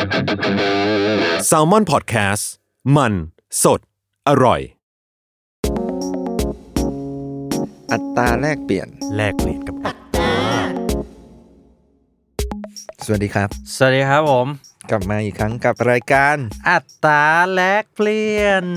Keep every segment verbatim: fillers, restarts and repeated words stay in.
Salmon Podcast มันสดอร่อยอัตราแลกเปลี่ยนแลกเปลี่ยนกับอัตราสวัสดีครับสวัสดีครับผมกลับมาอีกครั้งกับรายการอัตราแลกเปลี่ยน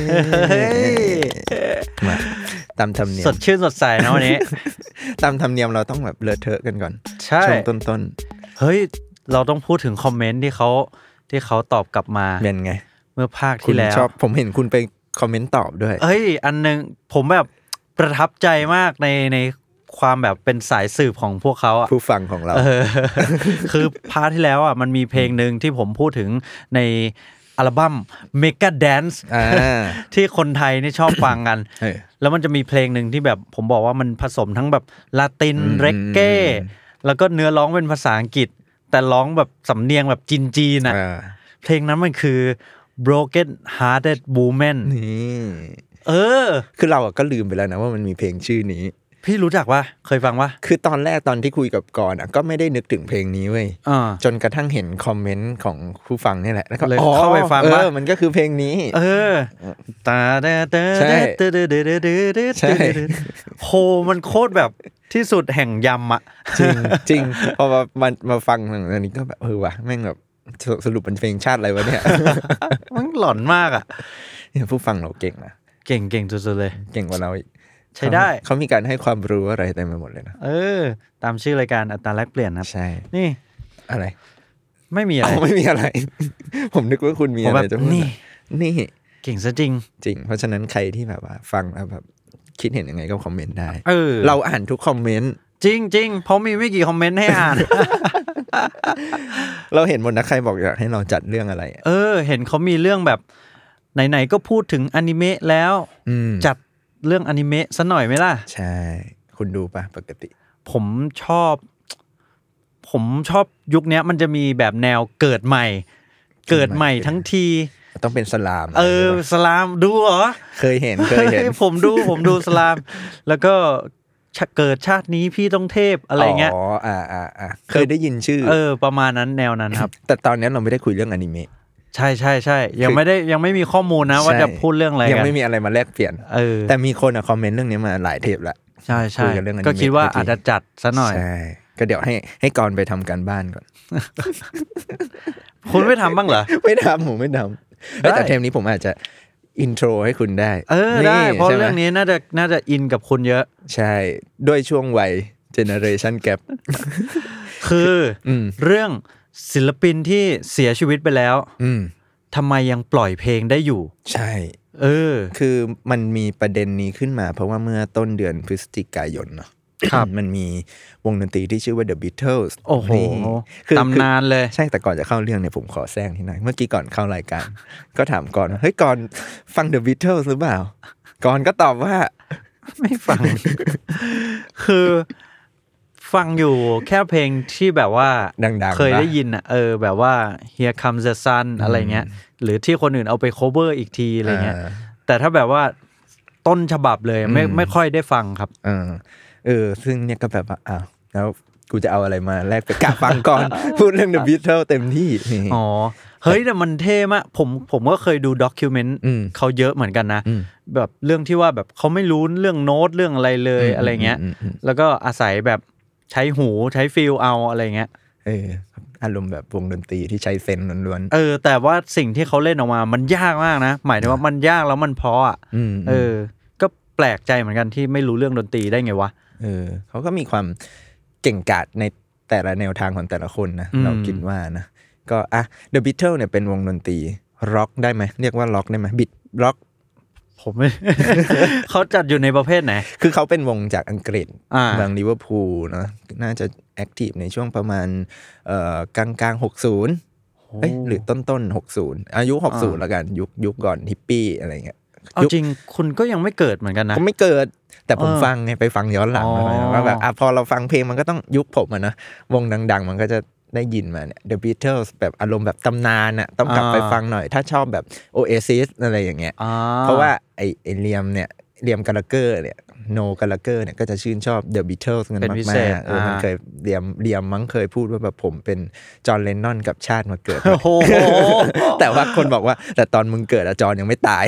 มาตามธรรมเนียมสดชื่นสดใสนะวันนี้ตามธรรมเนียมเราต้องแบบเลอะเทอะกันก่อนใช่ช่วงต้นๆเฮ้ยเราต้องพูดถึงคอมเมนต์ที่เขาที่เขาตอบกลับมาเป็นไงเมื่อภาคที่แล้วชอบผมเห็นคุณไปคอมเมนต์ตอบด้วยเอ้ยอันนึงผมแบบประทับใจมากในในความแบบเป็นสายสืบของพวกเขาอ่ะผู้ฟังของเราคือพาร์ทที่แล้วอ่ะมันมีเพลงนึงที่ผมพูดถึงในอัลบั้ม Mega Dance ที่คนไทยนี่ชอบฟังกันแล้วมันจะมีเพลงนึงที่แบบผมบอกว่ามันผสมทั้งแบบลาตินเรกเก้แล้วก็เนื้อร้องเป็นภาษาอังกฤษแต่ร้องแบบสำเนียงแบบจีนๆน่ะเพลงนั้นมันคือ Broken Hearted Woman นี่เออคือเราก็ลืมไปแล้วนะว่ามันมีเพลงชื่อนี้พี่รู้จักปะเคยฟังปะคือตอนแรกตอนที่คุยกับกรณ์อ่ะก็ไม่ได้นึกถึงเพลงนี้เว้ยจนกระทั่งเห็นคอมเมนต์ของผู้ฟังนี่แหละแล้วก็เข้าไปฟังว่าเออมันก็คือเพลงนี้เออตาเดเดเดเดเดเดเดเดใช่โหมันโคตรแบบที่สุดแห่งยำอ่ะจริงจริงพอมามามาฟังอันนี้ก็แบบเออว่ะแม่งแบบสรุปเป็นเพลงชาติอะไรวะเนี่ยมันหลอนมากอ่ะเนี่ยผู้ฟังเราเก่งนะเก่งเก่งสุดๆเลยเก่งกว่าเราอีกใช่ได้เขามีการให้ความรู้อะไรเต็มไปหมดเลยนะเออตามชื่อรายการอัตราแลกเปลี่ยนครับใช่นี่อะไรไม่มีอะไรไม่มีอะไรผมนึกว่าคุณมีอะไรจะพูดนี่นี่เก่งซะจริงจริงเพราะฉะนั้นใครที่แบบว่าฟังแล้วแบบคิดเห็นยังไงก็คอมเมนต์ได้เออเราอ่านทุกคอมเมนต์จริงๆเพราะมีไม่กี่คอมเมนต์ให้อ่านเราเห็นหมดนะใครบอกอยากให้เราจัดเรื่องอะไรเออเห็นเขามีเรื่องแบบไหนๆก็พูดถึงอนิเมะแล้วจัดเรื่องอนิเมะซะหน่อยไหมล่ะใช่คุณดูป่ะปกติผมชอบผมชอบยุคนี้มันจะมีแบบแนวเกิดใหม่เกิดใหม่ทั้งทีต้องเป็นสลามเออสลามดูเหรอเคยเห็นเคยเห็นผมดูผมดูสลามแล้วก็เกิดชาตินี้พี่ต้องเทพอะไรเงี้ยอ๋ออ่าอ่าอ่าเคยได้ยินชื่อเออประมาณนั้นแนวนั้นครับแต่ตอนนี้เราไม่ได้คุยเรื่องอนิเมะใช่ใช่ใช่ยังไม่ได้ยังไม่มีข้อมูลนะว่าจะพูดเรื่องอะไรกันยังไม่มีอะไรมาแลกเปลี่ยนเออแต่มีคนอ่ะคอมเมนต์เรื่องนี้มาหลายเทปละใช่ใช่ก็คิดว่าอาจจะจัดซะหน่อยใช่ก็เดี๋ยวให้ให้กรไปทำการบ้านก่อนคุณไม่ทำบ้างเหรอไม่ทำผมไม่ทำแต่เทปนี้ผมอาจจะอินโทรให้คุณได้เออได้เพราะเรื่องนี้น่าจะน่าจะอินกับคุณเยอะใช่ด้วยช่วงวัยเจเนอเรชันแกปคือเรื่องศิลปินที่เสียชีวิตไปแล้วทำไมยังปล่อยเพลงได้อยู่ใช่เออคือมันมีประเด็นนี้ขึ้นมาเพราะว่าเมื่อต้นเดือนพฤศจิกายนเนาะมันมีวงดนตรีที่ชื่อว่า The Beatles โอ้โหตำนานเลยใช่แต่ก่อนจะเข้าเรื่องเนี่ยผมขอแซงที่หน่อยเมื่อกี้ก่อนเข้ารายการก็ถามก่อนเฮ้ยก่อนฟัง The Beatles หรือเปล่าก่อนก็ตอบว่าไม่ฟัง คือฟังอยู่แค่เพลงที่แบบว่าดังๆเคยได้ยินอ่ะเออแบบว่า Here Comes the Sun อะไรเงี้ยหรือที่คนอื่นเอาไป cover อีกทีอะไรเงี้ยแต่ถ้าแบบว่าต้นฉบับเลยไม่ไม่ค่อยได้ฟังครับเออเออซึ่งเนี่ยก็แบบว่าอ้าวแล้วกูจะเอาอะไรมาแลกไปกะฟังก่อนพูดเรื่อง The Beatles เต็มที่อ๋อเฮ้ยแต่มันเท่มากผมผมก็เคยดูด็อคิวเมนต์เขาเยอะเหมือนกันนะแบบเรื่องที่ว่าแบบเขาไม่รู้เรื่องโน้ตเรื่องอะไรเลยอะไรเงี้ยแล้วก็อาศัยแบบใช้หูใช้ฟีลเอาอะไรเงี้ยเอออารมณ์แบบวงดนตรีที่ใช้เซนล้วนๆเออแต่ว่าสิ่งที่เขาเล่นออกมามันยากมากนะหมายถึงว่ามันยากแล้วมันเพราะอ่ะเออก็แปลกใจเหมือนกันที่ไม่รู้เรื่องดนตรีได้ไงวะเออเขาก็มีความเก่งกาจในแต่ละแนวทางของแต่ละคนนะเราคิดว่านะก็อ่ะ The Beatles เนี่ยเป็นวงดนตรีร็อกได้ไหมเรียกว่าร็อกได้ไหมบิดร็อกผมไม่ เขาจัดอยู่ในประเภทไหนคือเขาเป็นวงจากอังกฤษเมืองลิเวอร์พูลนะน่าจะแอคทีฟในช่วงประมาณเอ่อกลางๆหกสิบเอ้ยหรือต้นๆหกสิบอายุหกสิบแล้วกันยุคยุคก่อนฮิปปี้อะไรเงี้ยเอาจริงคุณก็ยังไม่เกิดเหมือนกันนะผมไม่เกิดแต่ผมฟังไงไปฟังย้อนหลังว่าแบบอ่ะพอเราฟังเพลงมันก็ต้องยุคผมอ่ะนะวงดังๆมันก็จะได้ยินมาเนี่ย The Beatles แบบอารมณ์แบบตำนานอ่ะต้องกลับไปฟังหน่อยถ้าชอบแบบ Oasis อะไรอย่างเงี้ยเพราะว่าไอ้ไอ้เลียมเนี่ยเลียมกาลาเกอร์เนี่ยโนกาลาเกอร์เนี่ยก็จะชื่นชอบ The Beatles กันมากๆเออมันเคยเรียมเรียมมั้งเคยพูดว่าแบบผมเป็นจอห์นเลนนอนกับชาติมาเกิดโอ้โหแต่ว่าคนบอกว่าแต่ตอนมึงเกิดอะจอห์นยังไม่ตาย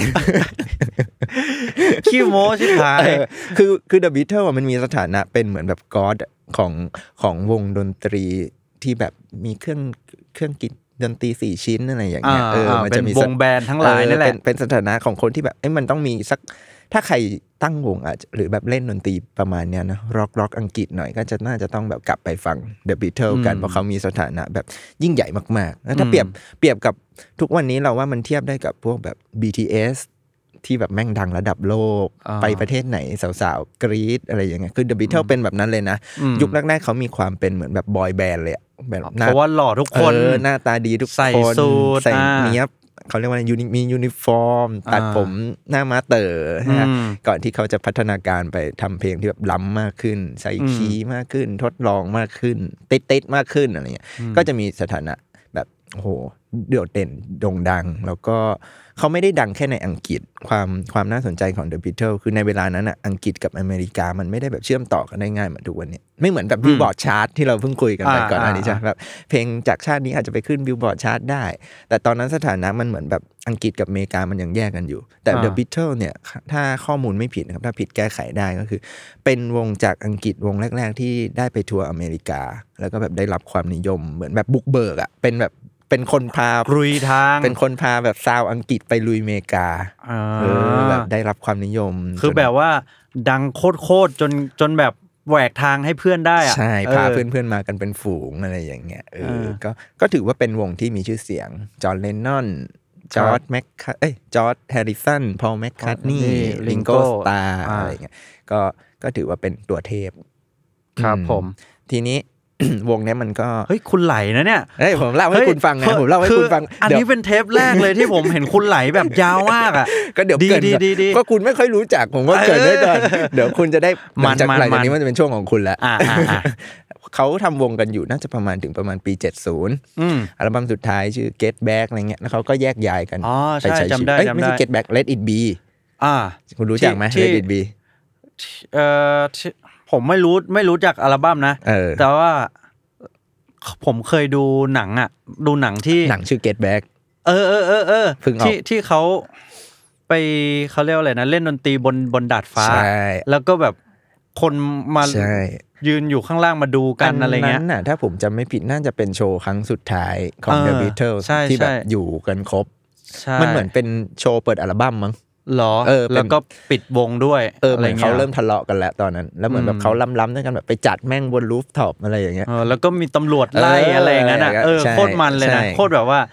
ขี้โม้ชิบหายคือคือ The Beatles มันมีสถานะเป็นเหมือนแบบก็อดของของวงดนตรีที่แบบมีเครื่องเครื่องกินดนตรีสี่ชิ้นอะไรอย่างเงี้ยเออมันจะมีวงแบนด์ทั้งหลายนั่นแหละเป็นเป็นสถานะของคนที่แบบเอ้ยมันต้องมีสักถ้าใครตั้งวงอ่ะหรือแบบเล่นดนตรีประมาณเนี้ยนะร็อกร็อกอังกฤษหน่อยก็จะน่าจะต้องแบบกลับไปฟัง The Beatles กันเพราะเขามีสถานะแบบยิ่งใหญ่มากๆแล้วถ้าเปรียบเปรียบกับทุกวันนี้เราว่ามันเทียบได้กับพวกแบบ บี ที เอส ที่แบบแม่งดังระดับโลกไปประเทศไหนสาวๆกรี๊ดอะไรอย่างเงี้ยคือ The Beatles เป็นแบบนั้นเลยนะยุคแรกๆเขามีความเป็นเหมือนแบบบอยแบนด์เลยแบบเพราะว่าหล่อทุกคนหน้าตาดีทุกคนใส่สูทใส่เนี้ยเขาเรียกว่ายูนิมียูนิฟอร์มตัดผมหน้าม้าเต๋อนะก่อนที่เขาจะพัฒนาการไปทำเพลงที่แบบล้ำมากขึ้นใส่คีย์มากขึ้นทดลองมากขึ้นติดๆมากขึ้นอะไรเงี้ยก็จะมีสถานะแบบโอ้โหโดดเด่นโด่งดังแล้วก็เขาไม่ได้ดังแค่ในอังกฤษความความน่าสนใจของ The Beatles คือในเวลานั้นอ่ะอังกฤษกับอเมริกามันไม่ได้แบบเชื่อมต่อกันได้ง่ายเหมือนทุกวันนี้ไม่เหมือนแบบบิลบอร์ดชาร์ตที่เราเพิ่งคุยกันไปก่อนอันนี้ใช่แบบเพลงจากชาตินี้อาจจะไปขึ้นบิลบอร์ดชาร์ตได้แต่ตอนนั้นสถานะมันเหมือนแบบอังกฤษกับอเมริกามันยังแยกกันอยู่แต่ The Beatles เนี่ยถ้าข้อมูลไม่ผิดนะครับถ้าผิดแก้ไขได้ก็คือเป็นวงจากอังกฤษวงแรกๆที่ได้ไปทัวร์อเมริกาแล้วก็แบบได้รับความนิยมเหมือนแบบบุกเบิกอ่ะเป็นแบบเป็นคนพาลุยทางเป็นคนพาแบบซาวอังกฤษไปลุยอเมริกาเออแบบได้รับความนิยมคือแบบว่าดังโคตรๆจนจนแบบแหวกทางให้เพื่อนได้อ่ะใช่พาเพื่อนๆมากันเป็นฝูงอะไรอย่างเงี้ยเออก็ก็ถือว่าเป็นวงที่มีชื่อเสียงจอห์นเลนนอนจอร์จแมคคัตเอ้ยจอร์จแฮร์ริสันพอลแมคคัตนี่ลิงโกสตาร์อะไรเงี้ยก็ก็ถือว่าเป็นตัวเทพครับผมทีนี้วงนี้มันก็เฮ้ยคุณไหลนะเนี่ยเฮ้ยผมเล่าให้คุณฟังไงผมเล่าให้คุณฟังอันนี้เป็นเทปแรกเลยที่ผมเห็นคุณไหลแบบยาวมากอ่ะก็เดี๋ยวเกิดก็คุณไม่ค่อยรู้จักผมว่าเกิดได้ก่อนเดี๋ยวคุณจะได้มันจากไหลตรงนี้มันจะเป็นช่วงของคุณแล้วเขาทำวงกันอยู่น่าจะประมาณถึงประมาณปีเจ็ดสิบอืมอัลบั้มสุดท้ายชื่อ Get Back อะไรเงี้ยแล้วเขาก็แยกย้ายกันไปใช้ชีวิตไม่ใช่ Get Back Let It Be อ่าคุณรู้จักไหม Let It Be เอ่อผมไม่รู้ไม่รู้จักอัลบั้มนะแต่ว่าผมเคยดูหนังอ่ะดูหนังที่หนังชื่อ Get Back เออเออเออเออที่ที่เขาไปเขาเรียกว่าอะไรนะเล่นดนตรีบนบนดาดฟ้าแล้วก็แบบคนมายืนอยู่ข้างล่างมาดูกันอะไรเงี้ยนั้นน่ะถ้าผมจำไม่ผิดน่าจะเป็นโชว์ครั้งสุดท้ายของ The Beatles ที่แบบอยู่กันครบมันเหมือนเป็นโชว์เปิดอัลบั้มมั้งหรอเออแล้วก็ปิดวงด้วยเออเหมือนเขาเริ่มทะเลาะกันแล้วตอนนั้นแล้วเหมือนแบบเขาล้ำๆด้วยกันแบบไปจัดแม่งบนรูฟท็อปอะไรอย่างเงี้ยเออแล้วก็มีตำรวจไล่อะไรอย่างนั้นอ่ะเออโคตรมันเลยนะโคตรแบบว่า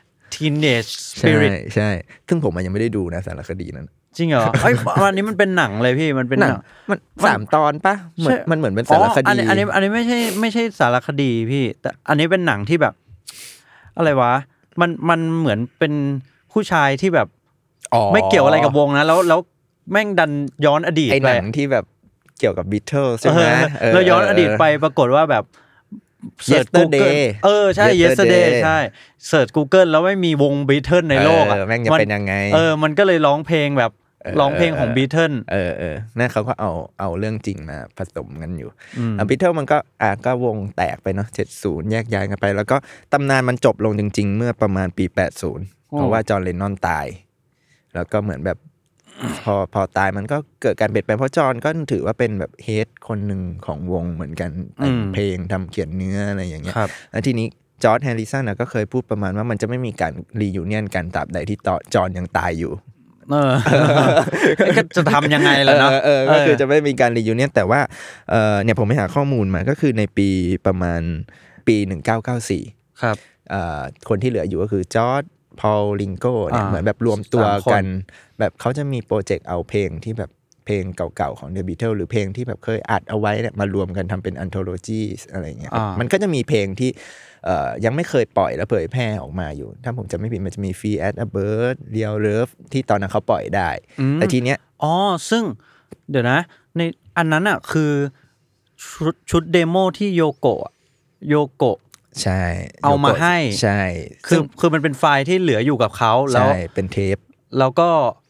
teenage spirit ใช่ซึ่งผมยังไม่ได้ดูนะสารคดีนั้นจริงเหรอไอ้วันนี้มันเป็นหนังเลยพี่มันเป็นหนังมันสามตอนป่ะเหมือนมันเหมือนเป็นสารคดีอันนี้อันนี้อันนี้ไม่ใช่ไม่ใช่สารคดีพี่แต่อันนี้เป็นหนังที่แบบอะไรวะมันมันเหมือนเป็นผู้ชายที่แบบไม่เกี่ยวอะไรกับวงนะแล้วแล้วแม่งดันย้อนอดีตไปไอ้หนังที่แบบเกี่ยวกับ Beatles ใช่ไหมแล้วย้อนอดีตไปปรากฏว่าแบบเสิร์ช Google เออใช่ yesterday ใช่เสิร์ช Google แล้วไม่มีวง Beatles ในโลกอ่ะแม่งจะเป็นยังไงเออมันก็เลยร้องเพลงแบบร้องเพลงของ Beatles เออเออนั่นเขาก็เอาเอาเรื่องจริงมาผสมกันอยู่อ่ะ Beatles มันก็อ่ะก็วงแตกไปเนาะเจ็ดสิบแยกย้ายกันไปแล้วก็ตำนานมันจบลงจริงๆเมื่อประมาณปีแปดสิบเพราะว่าจอห์นเลนนอนตายแล้วก็เหมือนแบบพอพอตายมันก็เกิดการเปลี่ยนแปลงเพราะจอห์นก็ถือว่าเป็นแบบเฮดคนหนึ่งของวงเหมือนกันแต่งเพลงทำเขียนเนื้ออะไรอย่างเงี้ยแล้วทีนี้จอร์จแฮร์ริสันก็เคยพูดประมาณว่ามันจะไม่มีการรียูเนียนกันตราบใดที่จอห์นยังตายอยู่เออก็จะทำยังไงล่ะเนาะเออก็คือจะไม่มีการรียูเนียนแต่ว่าเออเนี่ยผมไปหาข้อมูลมาก็คือในปีประมาณปีหนึ่งพันเก้าร้อยเก้าสิบสี่ครับเอ่อคนที่เหลืออยู่ก็คือจอร์จพอลลิงโก้เนี่ยเหมือนแบบรวมตัวกันแบบเขาจะมีโปรเจกต์เอาเพลงที่แบบเพลงเก่าๆของ The Beatles หรือเพลงที่แบบเคยอัดเอาไว้เนี่ยมารวมกันทำเป็น anthology อะไรเงี้ยมันก็จะมีเพลงที่เอ่อยังไม่เคยปล่อยและเผยแพร่ออกมาอยู่ถ้าผมจำไม่ผิดมันจะมี Free as a Bird Real Love ที่ตอนนั้นเขาปล่อยได้แต่ทีเนี้ยอ๋อซึ่งเดี๋ยวนะในอันนั้นอ่ะคือชุดชุดเดโมที่โยโกะโยโกะใช่เอามาให้ใช่คือคือมันเป็นไฟล์ที่เหลืออยู่กับเขาแล้วใช่เป็นเทปแล้วก็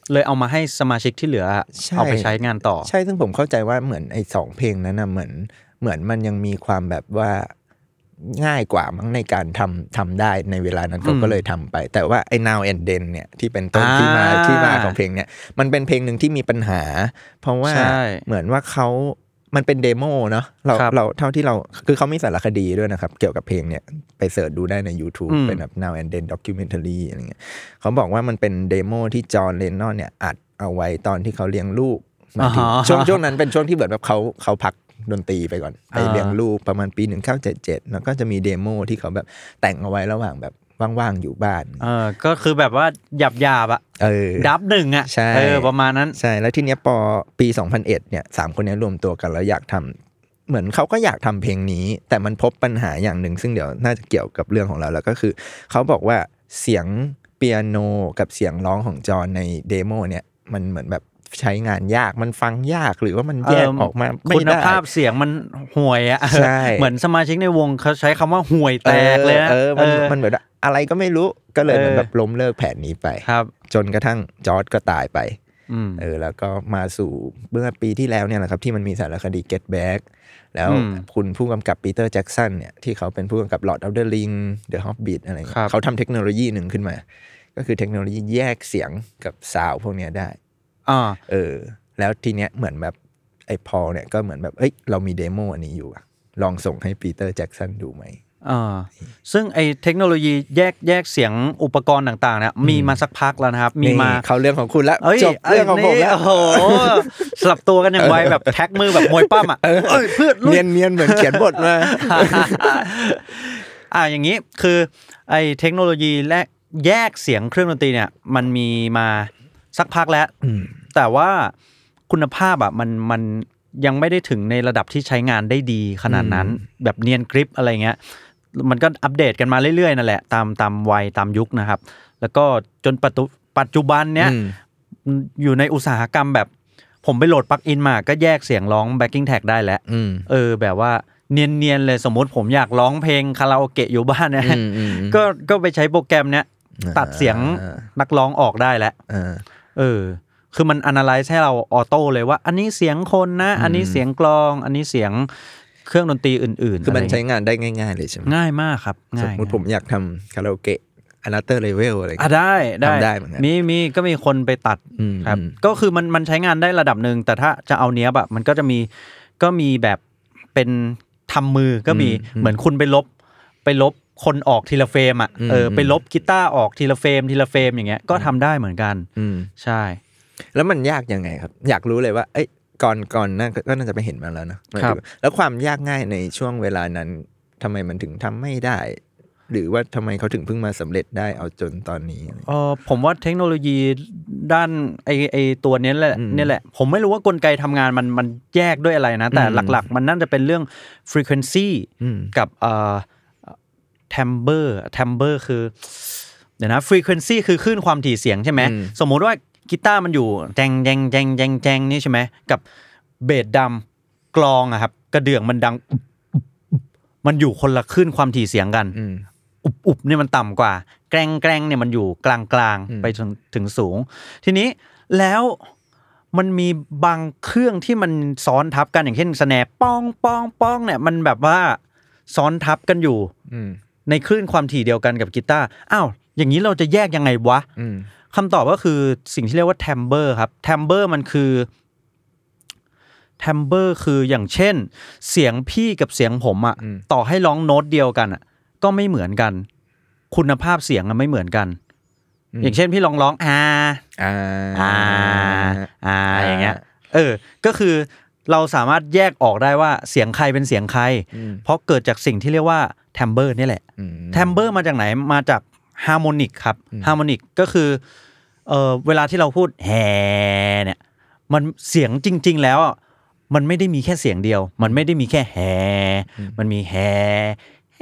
เลยเอามาให้สมาชิกที่เหลือเอาไปใช้งานต่อใช่ซึ่งผมเข้าใจว่าเหมือนไอ้สองเพลงนั้นนะเหมือนเหมือนมันยังมีความแบบว่าง่ายกว่ามั้งในการทำทำได้ในเวลานั้นเขาก็เลยทำไปแต่ว่าไอ้ Now and Then เนี่ยที่เป็นต้นที่มาที่มาของเพลงเนี่ยมันเป็นเพลงหนึ่งที่มีปัญหาเพราะว่าเหมือนว่าเขามันเป็นเดโมเนาะเราเราเท่าที่เราคือเขามีสารคดีด้วยนะครับเกี่ยวกับเพลงเนี่ยไปเสิร์ชดูได้ใน YouTube เป็นแบบ Now and Then documentary อะไรเงี้ยเขาบอกว่ามันเป็นเดโมที่จอห์น เลนนอนเนี่ยอัดเอาไว้ตอนที่เขาเลี้ยงลูกช่วงช่วงนั้นเป็นช่วงที่เหมือนแบบเขาเขาพักดนตรีไปก่อนไปเลี้ยงลูกประมาณปีหนึ่งเก้าเจ็ดเจ็ดแล้วก็จะมีเดโมที่เขาแบบแต่งเอาไว้ระหว่างแบบว่างๆอยู่บ้านเออก็คือแบบว่าหยาบๆอ่ะเออดับหนึ่งอ่ะเออประมาณนั้นใช่แล้วทีเนี้ยพอปีสองพันเอ็ดเนี่ยสามคนนี้รวมตัวกันแล้วอยากทำเหมือนเขาก็อยากทำเพลงนี้แต่มันพบปัญหาอย่างหนึ่งซึ่งเดี๋ยวน่าจะเกี่ยวกับเรื่องของเราแล้วก็คือเขาบอกว่าเสียงเปียโนกับเสียงร้องของจอห์นในเดโมเนี่ยมันเหมือนแบบใช้งานยากมันฟังยากหรือว่ามันแยกออกมาไม่ได้คุณภาพเสียงมันห่วยอ่ะเหมือนสมาชิกในวงเขาใช้คำว่าห่วยแตกเลยนะเออมันมันเหมือนอะไรก็ไม่รู้ก็เลยเหมือนแบบล้มเลิกแผนนี้ไปจนกระทั่งจอร์จก็ตายไปเออแล้วก็มาสู่เมื่อปีที่แล้วเนี่ยแหละครับที่มันมีสารคดี Get Back แล้วคุณผู้กำกับปีเตอร์แจ็คสันเนี่ยที่เขาเป็นผู้กำกับ Lord of the Ring The Hobbit อะไรเขาทำเทคโนโลยีหนึ่งขึ้นมาก็คือเทคโนโลยีแยกเสียงกับซาวด์พวกนี้ได้อ่าเออแล้วทีเนี้ยเหมือนแบบไอ้พอลเนี่ยก็เหมือนแบบเอ้ยเรามีเดโมอันนี้อยู่ลองส่งให้ปีเตอร์แจ็คสันดูไหมอ่าซึ่งไอ้เทคโนโลยีแยกแยกเสียงอุปกรณ์ต่างๆเนี่ยมีมาสักพักแล้วนะครับมีมาเข้าเรื่องของคุณแล้วจบเรื่องของผมแล้วโอ้โหสลับตัวกันอย่างไวแบบแท็กมือแบบมวยปั้มอ่ะเอ้ยเพื่อนเนียนๆเหมือนเขียนบทมาอ่าอย่างนี้คือไอ้เทคโนโลยีและแยกเสียงเครื่องดนตรีเนี่ยมันมีมาสักพักแล้วแต่ว่าคุณภาพอ่ะมันมันยังไม่ได้ถึงในระดับที่ใช้งานได้ดีขนาดนั้นแบบเนียนกริปอะไรเงี้ยมันก็อัปเดตกันมาเรื่อยๆนั่นแหละตามตามวัยตามยุคนะครับแล้วก็จนปัจจุบันเนี้ยอยู่ในอุตสาหกรรมแบบผมไปโหลดปลั๊กอินมาก็แยกเสียงร้องแบ็คกิ้งแท็กได้แล้วเออแบบว่าเนียนๆเลยสมมติผมอยากร้องเพลงคาราโอเกะอยู่บ้านเนี่ยก็ก็ไปใช้โปรแกรมเนี้ยตัดเสียงนักร้องออกได้แล้วเออคือมัน analyze ให้เราออโต้เลยว่าอันนี้เสียงคนนะอันนี้เสียงกลองอันนี้เสียงเครื่องดนตรีอื่นๆคือมันใช้งานได้ง่ายๆเลยใช่ไหมง่ายมากครับง่ายสมมติผมอยากทำคาราโอเกะ another level อะไรอ่ะได้ได้ได้เหมือนกันมีมีก็มีคนไปตัดครับก็คือมันมันใช้งานได้ระดับนึงแต่ถ้าจะเอาเนี้ยแบบมันก็จะมีก็มีแบบเป็นทำมือก็มีเหมือนคุณไปลบไปลบคนออกทีละเฟรมอ่ะเออไปลบกีตาร์ออกทีละเฟรมทีละเฟรมอย่างเงี้ยก็ทำได้เหมือนกันใช่แล้วมันยากยังไงครับอยากรู้เลยว่าเอ้ยก่อนก่อนน่าก็น่าจะไปเห็นมาแล้วนะแล้วความยากง่ายในช่วงเวลานั้นทำไมมันถึงทำไม่ได้หรือว่าทำไมเขาถึงเพิ่งมาสำเร็จได้เอาจนตอนนี้เออผมว่าเทคโนโลยีด้านไอไอตัวนี้แหละนี่แหละผมไม่รู้ว่ากลไกทำงานมันมันแยกด้วยอะไรนะแต่หลักๆมันน่าจะเป็นเรื่อง frequency กับเอ่อ timbre timbre คือเดี๋ยวนะ frequency คือคลื่นความถี่เสียงใช่ไหมสมมุติว่ากีตาร์มันอยู่แจงแจงแจงแจงแจงนี่ใช่ไหมกับเบสดำกลองอะครับกระเดื่องมันดังมันอยู่คนละคลื่นความถี่เสียงกันอุบอุบนี่มันต่ำกว่าแกล้งแกล้งเนี่ยมันอยู่กลางกลางไปถึงถึงสูงทีนี้แล้วมันมีบางเครื่องที่มันซ้อนทับกันอย่างเช่นสแนร์ป้องป้องป้องเนี่ยมันแบบว่าซ้อนทับกันอยู่ในคลื่นความถี่เดียวกันกับกีตาร์อ้าวอย่างนี้เราจะแยกยังไงวะคำตอบก็คือสิ่งที่เรียกว่า timbre ครับ timbre มันคือ timbre คืออย่างเช่นเสียงพี่กับเสียงผมอ่ะต่อให้ร้องโน้ตเดียวกันอ่ะก็ไม่เหมือนกันคุณภาพเสียงอ่ะไม่เหมือนกันอย่างเช่นพี่ลองร้องอาอ่าอ่าอ่าอย่างเงี้ยเออก็คือเราสามารถแยกออกได้ว่าเสียงใครเป็นเสียงใครเพราะเกิดจากสิ่งที่เรียกว่า timbre นี่แหละ timbre มาจากไหนมาจากฮาร์โมนิกครับฮาร์โมนิกก็คือเอ่อเวลาที่เราพูดแฮเนี่ยมันเสียงจริงๆแล้วมันไม่ได้มีแค่เสียงเดียวมันไม่ได้มีแค่แฮมันมีแฮแฮ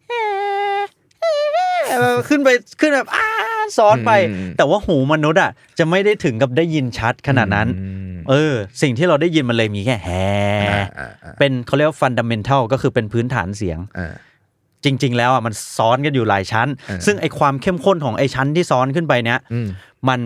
ขึ้นไปขึ้นแบบอ้าซ้อนไปแต่ว่าหูมนุษย์อ่ะจะไม่ได้ถึงกับได้ยินชัดขนาดนั้นเออสิ่งที่เราได้ยินมันเลยมีแค่แฮเป็นเขาเรียกว่าฟันดัมเมนทัลก็คือเป็นพื้นฐานเสียงจริงๆแล้วอ่ะมันซ้อนกันอยู่หลายชั้นซึ่งไอ้ความเข้มข้นของไอ้ชั้นที่ซ้อนขึ้นไปเนี้ยมัน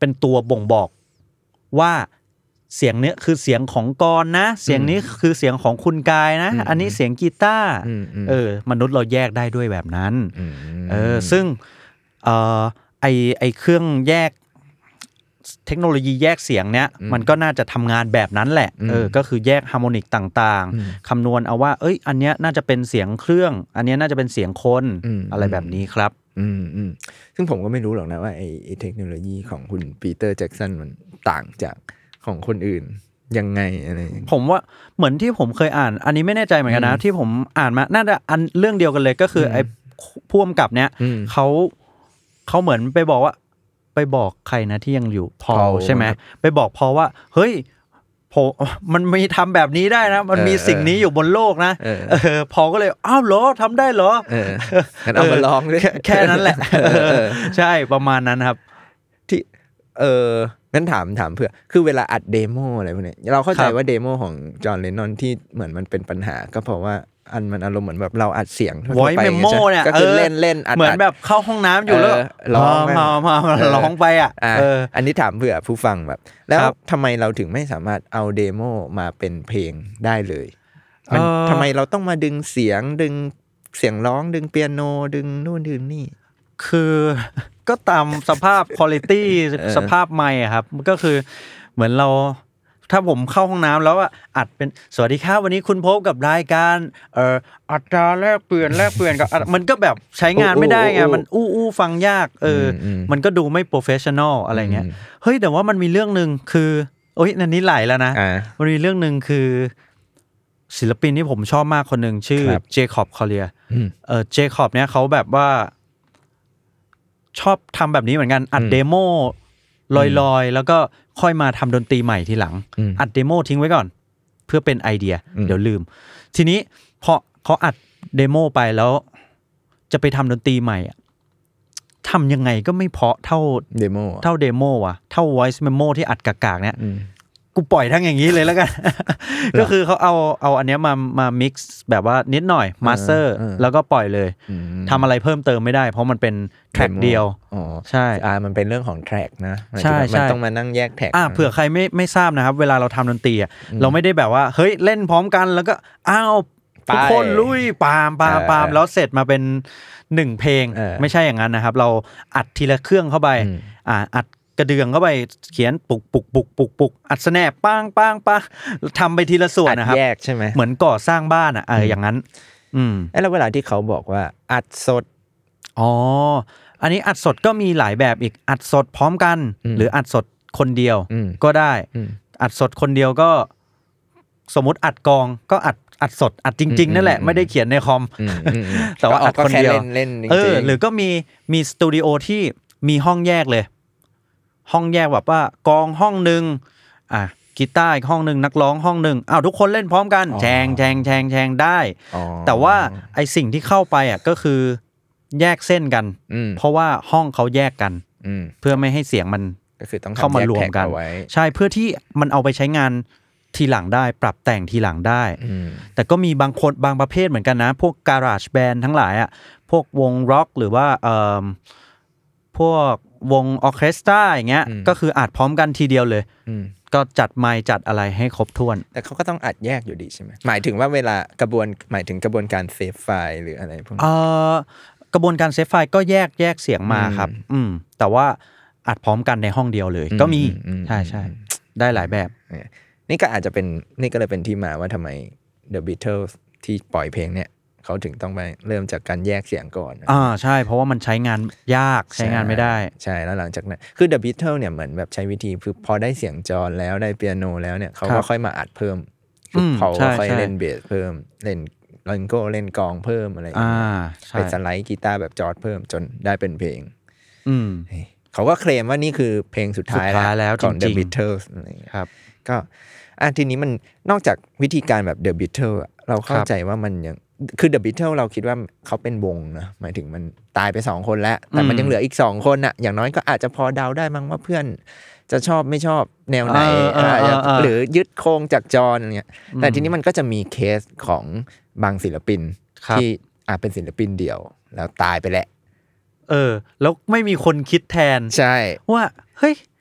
เป็นตัวบ่งบอกว่าเสียงเนี้ยคือเสียงของกรนะเสียงนี้คือเสียงของคุณกายนะอันนี้เสียงกีตาร์เออมนุษย์เราแยกได้ด้วยแบบนั้นเออซึ่งเอ่อไอไอเครื่องแยกเทคโนโลยีแยกเสียงเนี้ยมันก็น่าจะทำงานแบบนั้นแหละเออก็คือแยกฮาร์โมนิกต่างๆคำนวณเอาว่าเอ้ยอันเนี้ยน่าจะเป็นเสียงเครื่องอันเนี้ยน่าจะเป็นเสียงคนอะไรแบบนี้ครับอืมอืมซึ่งผมก็ไม่รู้หรอกนะว่าไอ้เทคโนโลยีของคุณปีเตอร์แจ็กสันมันต่างจากของคนอื่นยังไงอะไรผมว่าเหมือนที่ผมเคยอ่านอันนี้ไม่แน่ใจเหมือนกันนะที่ผมอ่านมาน่าจะอันเรื่องเดียวกันเลยก็คือไอ้ผู้กำกับเนี้ยเขาเขาเหมือนไปบอกว่าไปบอกใครนะที่ยังอยู่พอใช่ไหมไปบอกพอว่าเฮ้ยพอมันมีทำแบบนี้ได้นะมันมีสิ่งนี้อยู่บนโลกนะเออพอก็เลยอ้าวเหรอทำได้เหรอเออเอามาลองด้วยแค่นั้นแหละใช่ประมาณนั้นครับที่เอองั้นถามถามเพื่อคือเวลาอัดเดโมอะไรพวกนี้เราเข้าใจว่าเดโมของจอห์นเลนนอนที่เหมือนมันเป็นปัญหาก็เพราะว่าอันมันอารมณ์เหมือนแบบเราอัดเสียงทั่วไปเนี่ยก็คือเล่นเล่นอัดเหมือนแบบเข้าห้องน้ำอยู่แล้วร้องมามาร้องไปอ่ะอันนี้ถามเผื่อผู้ฟังแบบแล้วทำไมเราถึงไม่สามารถเอาเดโมมาเป็นเพลงได้เลยมันทำไมเราต้องมาดึงเสียงดึงเสียงร้องดึงเปียโนดึงนู่นดึงนี่คือก็ตามสภาพคุณภาพสภาพไมค์อ่ะครับก็คือเหมือนเราถ้าผมเข้าห้องน้ำแล้วอ่ะอัดเป็นสวัสดีครับวันนี้คุณพบกับรายการเอ่ออัตราแลกเปลี่ยนแลกเปลี่ยนกับมันก็แบบใช้งานไม่ได้ไงมันอู้อู้ฟังยากเออมันก็ดูไม่โปรเฟสชั่นอลอะไรเงี้ยเฮ้ยแต่ว่ามันมีเรื่องนึงคือโอ๊ยอันนี้ไหลแล้วนะมันมีเรื่องนึงคือศิลปินที่ผมชอบมากคนนึงชื่อเจคอบคอเลียเออเจคอบเนี่ยเขาแบบว่าชอบทำแบบนี้เหมือนกันอัดเดโมลอยๆแล้วก็ค่อยมาทำดนตรีใหม่ทีหลังอัดเดโมทิ้งไว้ก่อนเพื่อเป็นไอเดียเดี๋ยวลืมทีนี้พอเขาอัดเดโมไปแล้วจะไปทำดนตรีใหม่อ่ะทำยังไงก็ไม่เพราะเท่าเดโมเท่าเดโมว่ะเท่า voice memo ที่อัดกากๆเนี่ยกูปล่อยทั้งอย่างนี้เลยแล้วกัน ก็คือเขาเอาเอาอันเนี้ยมามา mix แบบว่านิดหน่อย master แล้วก็ปล่อยเลยทำอะไรเพิ่มเติมไม่ได้เพราะมันเป็นแทร็กเดียวใช่อ่ามันเป็นเรื่องของแทร็กนะใช่มันต้องมานั่งแยกแทร็กอ่าเผื่อใครไม่ไม่ทราบนะครับเวลาเราทำดนตรีอ่ะเราไม่ได้แบบว่าเฮ้ยเล่นพร้อมกันแล้วก็อ้าวทุกคนลุยปามปามปามแล้วเสร็จมาเป็นหนึ่งเพลงไม่ใช่อย่างนั้นนะครับเราอัดทีละเครื่องเข้าไปอ่าอัดกระเดื่องเข้าไปเขียนปุกปุกปุกปุกปุกอัดสแนปป้างป้างป้างทำไปทีละส่วนนะครับแยกใช่ไหมเหมือนก่อสร้างบ้านอ่ะเอออย่างนั้นอืมแล้วเวลาที่เขาบอกว่าอัดสดอ๋ออันนี้อัดสดก็มีหลายแบบอีกอัดสดพร้อมกันหรืออัดสดคนเดียวก็ได้อัดสดคนเดียวก็สมมุติอัดกองก็อัดอัดสดอัดจริงๆนั่นแหละไม่ได้เขียนในคอมแต่ว่าอัดคนเดียวเออหรือก็มีมีสตูดิโอที่มีห้องแยกเลยห้องแยกแบบว่ากองห้องนึงอ่ะกีตาร์อีกห้องนึงนักร้องห้องนึงอ้าวทุกคนเล่นพร้อมกันแชงแชงแชงแชงได้แต่ว่าไอสิ่งที่เข้าไปอ่ะก็คือแยกเส้นกันเพราะว่าห้องเขาแยกกันเพื่อไม่ให้เสียงมันเข้ามารวมกันใช่เพื่อที่มันเอาไปใช้งานทีหลังได้ปรับแต่งทีหลังได้แต่ก็มีบางคนบางประเภทเหมือนกันนะพวก garage band ทั้งหลายอ่ะพวกวงร็อกหรือว่าเอ่อพวกวงออร์เคสตราอย่างเงี้ยก็คืออัดพร้อมกันทีเดียวเลยก็จัดไมค์จัดอะไรให้ครบถ้วนแต่เขาก็ต้องอัดแยกอยู่ดีใช่ไหมหมายถึงว่าเวลากระบวนหมายถึงกระบวนการเซฟไฟล์หรืออะไรพวกนี้เอ่อกระบวนการเซฟไฟล์ก็แยกแยกเสียงมาครับอืมแต่ว่าอัดพร้อมกันในห้องเดียวเลยก็มีใช่ใช่ได้หลายแบบนี่ก็อาจจะเป็นนี่ก็เลยเป็นที่มาว่าทำไม The Beatles ที่ปล่อยเพลงเนี่ยเขาถึงต้องไปเริ่มจากการแยกเสียงก่อนอ่าใช่เพราะว่ามันใช้งานยากใช้งานไม่ได้ใช่แล้วหลังจากนั้นคือ The Beatles เนี่ยเหมือนแบบใช้วิธีคือพอได้เสียงจอแล้วได้เปียโนแล้วเนี่ยเขาก็ค่อยมาอัดเพิ่มคือเขาก็ค่อยเล่นเบสเพิ่มเล่นลิงโก้เล่นกลองเพิ่มอะไรอย่างเงี้ยไปสไลด์กีตาร์แบบจอร์จเพิ่มจนได้เป็นเพลงอืมเขาก็เคลมว่านี่คือเพลงสุดท้ายแล้วของ The Beatles อะไรอย่างเงี้ยครับก็อ่ะทีนี้มันนอกจากวิธีการแบบ The Beatles เราเข้าใจว่ามันยังคือ The Beatles เราคิดว่าเขาเป็นวงนะหมายถึงมันตายไปสองคนแล้วแต่มันยังเหลืออีกสองคนน่ะอย่างน้อยก็อาจจะพอเดาได้มั้งว่าเพื่อนจะชอบไม่ชอบแนวไหนหรือยึดโครงจากจอห์นอะไรเงี้ยแต่ทีนี้มันก็จะมีเคสของบางศิลปินที่อ่ะเป็นศิลปินเดี่ยวแล้วตายไปแล้วเออแล้วไม่มีคนคิดแทนใช่ว่าเฮ้ย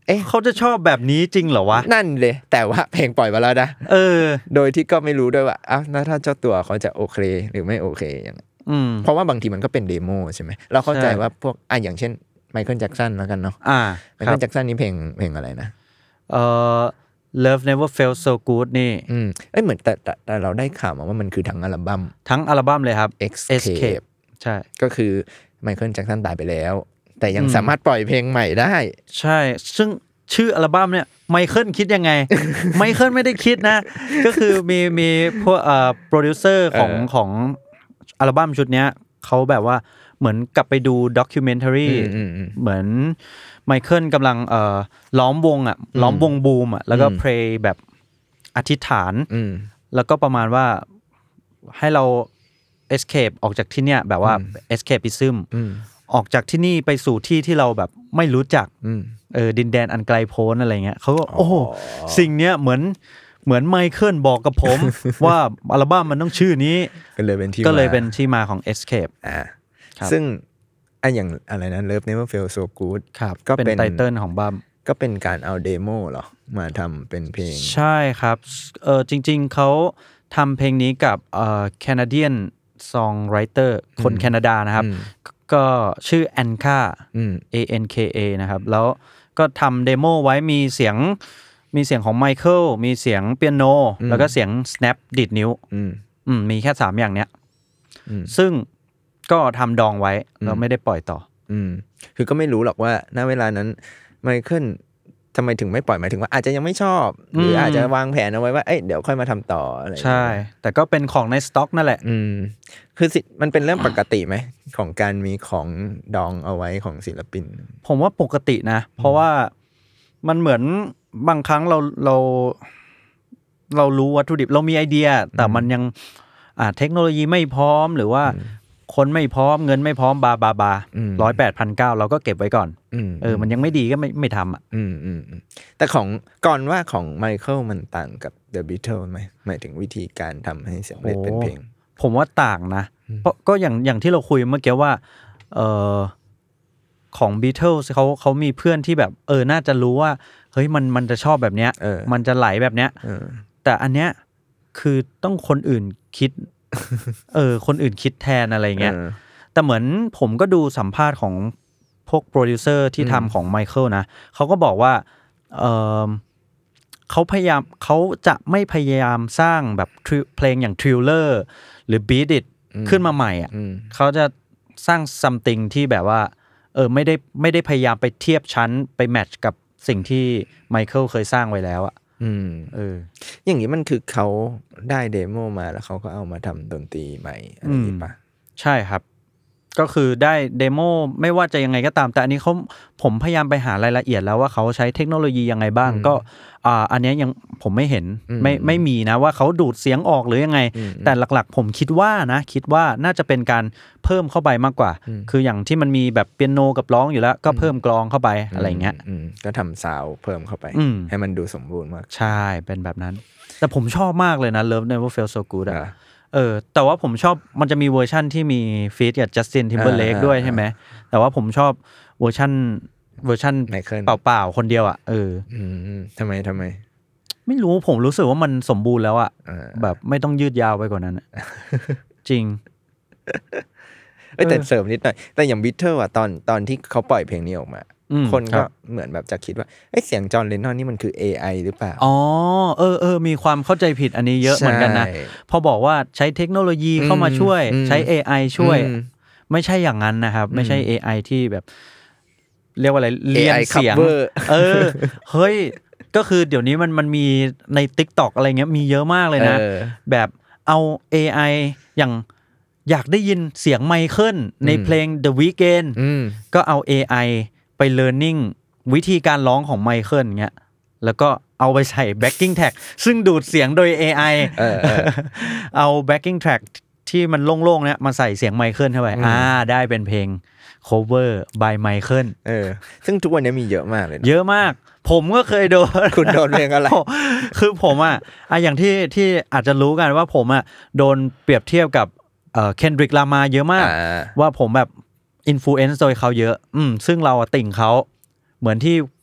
เอ๊ะเขาจะชอบแบบนี้จริงเหรอวะนั่นเลยแต่ว่าเพลงปล่อยมาแล้วนะเออโดยที่ก็ไม่รู้ด้วยว่าอ้าวแล้วถ้าเจ้าตัวเขาจะโอเคหรือไม่โอเคอย่างอืมเพราะว่าบางทีมันก็เป็นเดโมใช่ไหมเราเข้าใจว่าพวกอ่ะอย่างเช่นไมเคิลแจ็คสันแล้วกันเนาะอ่าไมเคิลแจ็คสันนี่เพลงเพลงอะไรนะเอ่อ Love Never Felt So Good นี่อืมเอ้ยเหมือนแต่แต่เราได้ข่าวมาว่ามันคือทั้งอัลบั้มทั้งอัลบั้มเลยครับ Escape ใช่ก็คือไมเคิลแจ็คสันตายไปแล้วแต่ยังสามารถปล่อยเพลงใหม่ได้ใช่ซึ่งชื่ออัลบั้มเนี่ยไมเคิลคิดยังไงไมเคิลไม่ได้คิดนะก็คือมีมีพวกเอ่อโปรดิวเซอร์ของของอัลบั้มชุดเนี้ยเขาแบบว่าเหมือนกลับไปดูด็อกิวเมนทารีเหมือนไมเคิลกำลังเอ่อล้อมวงอ่ะล้อมวงบูมอ่ะแล้วก็เพลย์แบบอธิษฐานแล้วก็ประมาณว่าให้เรา escape ออกจากที่เนี้ยแบบว่า escapism ออกจากที่นี่ไปสู่ที่ที่เราแบบไม่รู้จักเออดินแดนอันไกลโพ้นอะไรเงี้ยเขาก็โอ้สิ่งเนี้ยเหมือนเหมือนไมเคิลบอกกับผม ว่าอัลบั้มมันต้องชื่อนี้ก็เลยเป็นที่ก็เลยเป็นที่มาของ Escape อ่าซึ่งไอ้อย่างอะไรนะ Love Never Felt So Good ครับก็เป็นไตเติ้ลของบัมก็เป็นการเอาเดโมเหรอมาทำเป็นเพลงใช่ครับเออจริงๆเขาทำเพลงนี้กับเอ่อ Canadian Songwriter คนแคนาดานะครับก็ชื่อ Anka A N K A นะครับแล้วก็ทำเดโมไว้มีเสียงมีเสียงของไมเคิลมีเสียงเปียโนแล้วก็เสียง snap ดีดนิ้วอืมมีแค่สามอย่างเนี้ยซึ่งก็ทำดองไว้แล้วไม่ได้ปล่อยต่ออืมคือก็ไม่รู้หรอกว่าณเวลานั้นไมเคิลทำไมถึงไม่ปล่อยหมายถึงว่าอาจจะยังไม่ชอบหรืออาจจะวางแผนเอาไว้ว่าเอ้ยเดี๋ยวค่อยมาทำต่ออะไรใช่แต่ก็เป็นของในสต็อกนั่นแหละอืมคือสิมันเป็นเรื่องปกติไหมของการมีของดองเอาไว้ของศิลปินผมว่าปกตินะเพราะว่ามันเหมือนบางครั้งเราเราเรารู้วัตถุดิบเรามีไอเดียแต่มันยังอ่าเทคโนโลยีไม่พร้อมหรือว่าคนไม่พร้อมเงินไม่พร้อมบาบาบาร้อยแปดพันเก้าเราก็เก็บไว้ก่อนเออมันยังไม่ดีก็ไม่ไม่ทำอ่ะอืมอืมแต่ของก่อนว่าของไมเคิลมันต่างกับ The Beatles ไหมหมายถึงวิธีการทำให้สำเร็จเป็นเพลงผมว่าต่างนะเพราะก็อย่างอย่างที่เราคุยเมื่อกี้ว่าเออของ Beatles เขาเขามีเพื่อนที่แบบเออน่าจะรู้ว่าเฮ้ยมันมันจะชอบแบบเนี้ยมันจะไหลแบบเนี้ยแต่อันเนี้ยคือต้องคนอื่นคิดเออคนอื่นคิดแทนอะไรเงี้ยแต่เหมือนผมก็ดูสัมภาษณ์ของพวกโปรดิวเซอร์ที่ทำของไมเคิลนะเขาก็บอกว่าเออเขาพยายามเขาจะไม่พยายามสร้างแบบเพลงอย่าง Thriller หรือ Beat It ขึ้นมาใหม่อ่ะเขาจะสร้าง something ที่แบบว่าเออไม่ได้ไม่ได้พยายามไปเทียบชั้นไปแมทช์กับสิ่งที่ไมเคิลเคยสร้างไว้แล้วอ่ะอืมเอออย่างนี้มันคือเขาได้เดโมมาแล้วเขาก็เอามาทำดนตรีใหม่อะไรอย่างนี้ป่ะใช่ครับก็คือได้เดโมไม่ว่าจะยังไงก็ตามแต่อันนี้เขาผมพยายามไปหารายละเอียดแล้วว่าเขาใช้เทคโนโลยียังไงบ้างก็อ่าอันนี้ยังผมไม่เห็นไม่ไม่มีนะว่าเขาดูดเสียงออกหรือยังไงแต่หลักๆผมคิดว่านะคิดว่าน่าจะเป็นการเพิ่มเข้าไปมากกว่าคืออย่างที่มันมีแบบเปียโนกับร้องอยู่แล้วก็เพิ่มกลองเข้าไปอะไรเงี้ยก็ทำซาวด์เพิ่มเข้าไปให้มันดูสมบูรณ์มากใช่เป็นแบบนั้นแต่ผมชอบมากเลยนะ Love Never Felt So Good อ่ะเออแต่ว่าผมชอบมันจะมีเวอร์ชั่นที่มีฟีทกับจัสตินทิมเบอร์เลคด้วยใช่ไหมแต่ว่าผมชอบเวอร์ชั่นเวอร์ชั่นเปล่าๆคนเดียวอ่ะเออทำไมทำไมไม่รู้ผมรู้สึกว่ามันสมบูรณ์แล้วอ่ะแบบไม่ต้องยืดยาวไปกว่านั้นจริงแต่เสริมนิดหน่อยแต่อย่างบิทเทิลอ่ะตอนตอนที่เขาปล่อยเพลงนี้ออกมาคนก็เหมือนแบบจะคิดว่าไอ้เสียงจอห์นเลนนอนนี่มันคือ เอ ไอ หรือเปล่าอ๋อเออเออมีความเข้าใจผิดอันนี้เยอะเหมือนกันนะพอบอกว่าใช้เทคโนโลยีเข้ามาช่วยใช้ เอ ไอ ช่วยไม่ใช่อย่างนั้นนะครับไม่ใช่ เอ ไอ ที่แบบเรียกว่าอะไรเรียนเสียงเออเฮ้ยก็คือเดี๋ยวนี้มันมันมีใน TikTok อะไรเงี้ยมีเยอะมากเลยนะแบบเอา เอ ไอ อย่างอยากได้ยินเสียงไมเคิลในเพลง The Weeknd ก็เอา เอ ไอไป learning วิธีการร้องของไมเคิลเงี้ยแล้วก็เอาไปใส่ backing track ซึ่งดูดเสียงโดย เอ ไอ เออ เอา backing track ที่มันโล่งๆเนี่ยมาใส่เสียงไมเคิลเข้าไปอ่าได้เป็นเพลง cover by ไมเคิลเออซึ่งทุกวันนี้มีเยอะมากเลยเยอะมากผมก็เคยโดนคุณโดนเพลงอะไรคือผมอ่ะอ่ะอย่างที่ที่อาจจะรู้กันว่าผมอ่ะโดนเปรียบเทียบกับเอ่อ Kendrick Lamar เยอะมากว่าผมแบบอินฟลูเอนซ์โดยเขาเยอะอืมซึ่งเราติ่งเขาเหมือนที่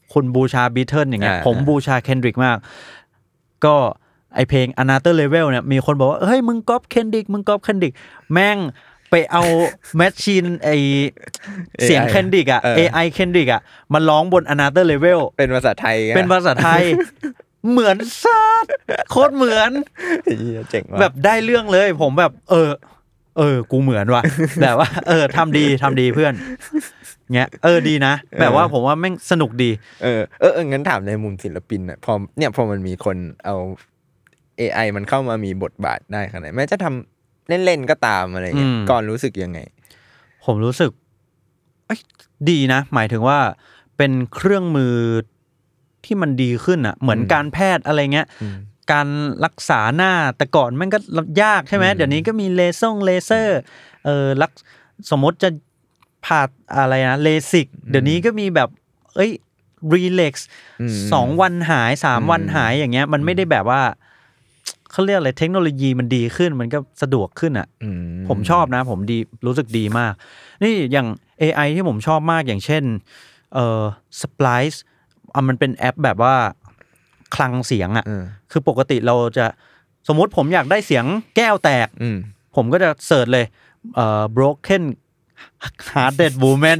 คุณบูชาบีเทิลอย่างเงี้ยผมบูชาเคนดริกมากก็ไอเพลง Another Level เนี่ยมีคนบอกว่าเฮ้ยมึงก๊อปเคนดริกมึงก๊อปเคนดริกแม่งไปเอาแมชชีนไอเสียงเคนดริกอ่ะ เอ ไอ เคนดริกอ่ะมันร้องบน Another Level เป็นภาษาไทยเป็นภาษาไทยเหมือนซัดโคตรเหมือนเจ๋งว่ะแบบได้เรื่องเลยผมแบบเออเออกูเหมือนว่ะแบบว่าเออทำดีทำดีเพื่อนเงี้ยเออดีนะแบบว่าผมว่าแม่งสนุกดีเออเอองั้นถามในมุมศิลปินอ่ะพอเนี่ยพอมันมีคนเอา เอ ไอ มันเข้ามามีบทบาทได้ขนาดไหนแม้จะทำเล่นๆก็ตามอะไรเงี้ยก่อนรู้สึกยังไงผมรู้สึกดีนะหมายถึงว่าเป็นเครื่องมือที่มันดีขึ้นอ่ะเหมือนการแพทย์อะไรเงี้ยการรักษาหน้าแต่ก่อนมันก็ยากใช่ไหมเดี๋ยวนี้ก็มีเลเซอร์เลเซอร์เออรักสมมติจะผ่าอะไรนะเลสิกเดี๋ยวนี้ก็มีแบบเอ้ยรีแลกซ์สองวันหายสามวันหายอย่างเงี้ยมันไม่ได้แบบว่าเขาเรียกอะไรเทคโนโลยีมันดีขึ้นมันก็สะดวกขึ้นอ่ะผมชอบนะผมดีรู้สึกดีมากนี่อย่าง เอ ไอ ที่ผมชอบมากอย่างเช่นเอ่อ Splice อ่ะมันเป็นแอปแบบว่าคลังเสียงอ่ะคือปกติเราจะสมมุติผมอยากได้เสียงแก้วแตกผมก็จะเสิร์ชเลยเอ่อ broken hearted woman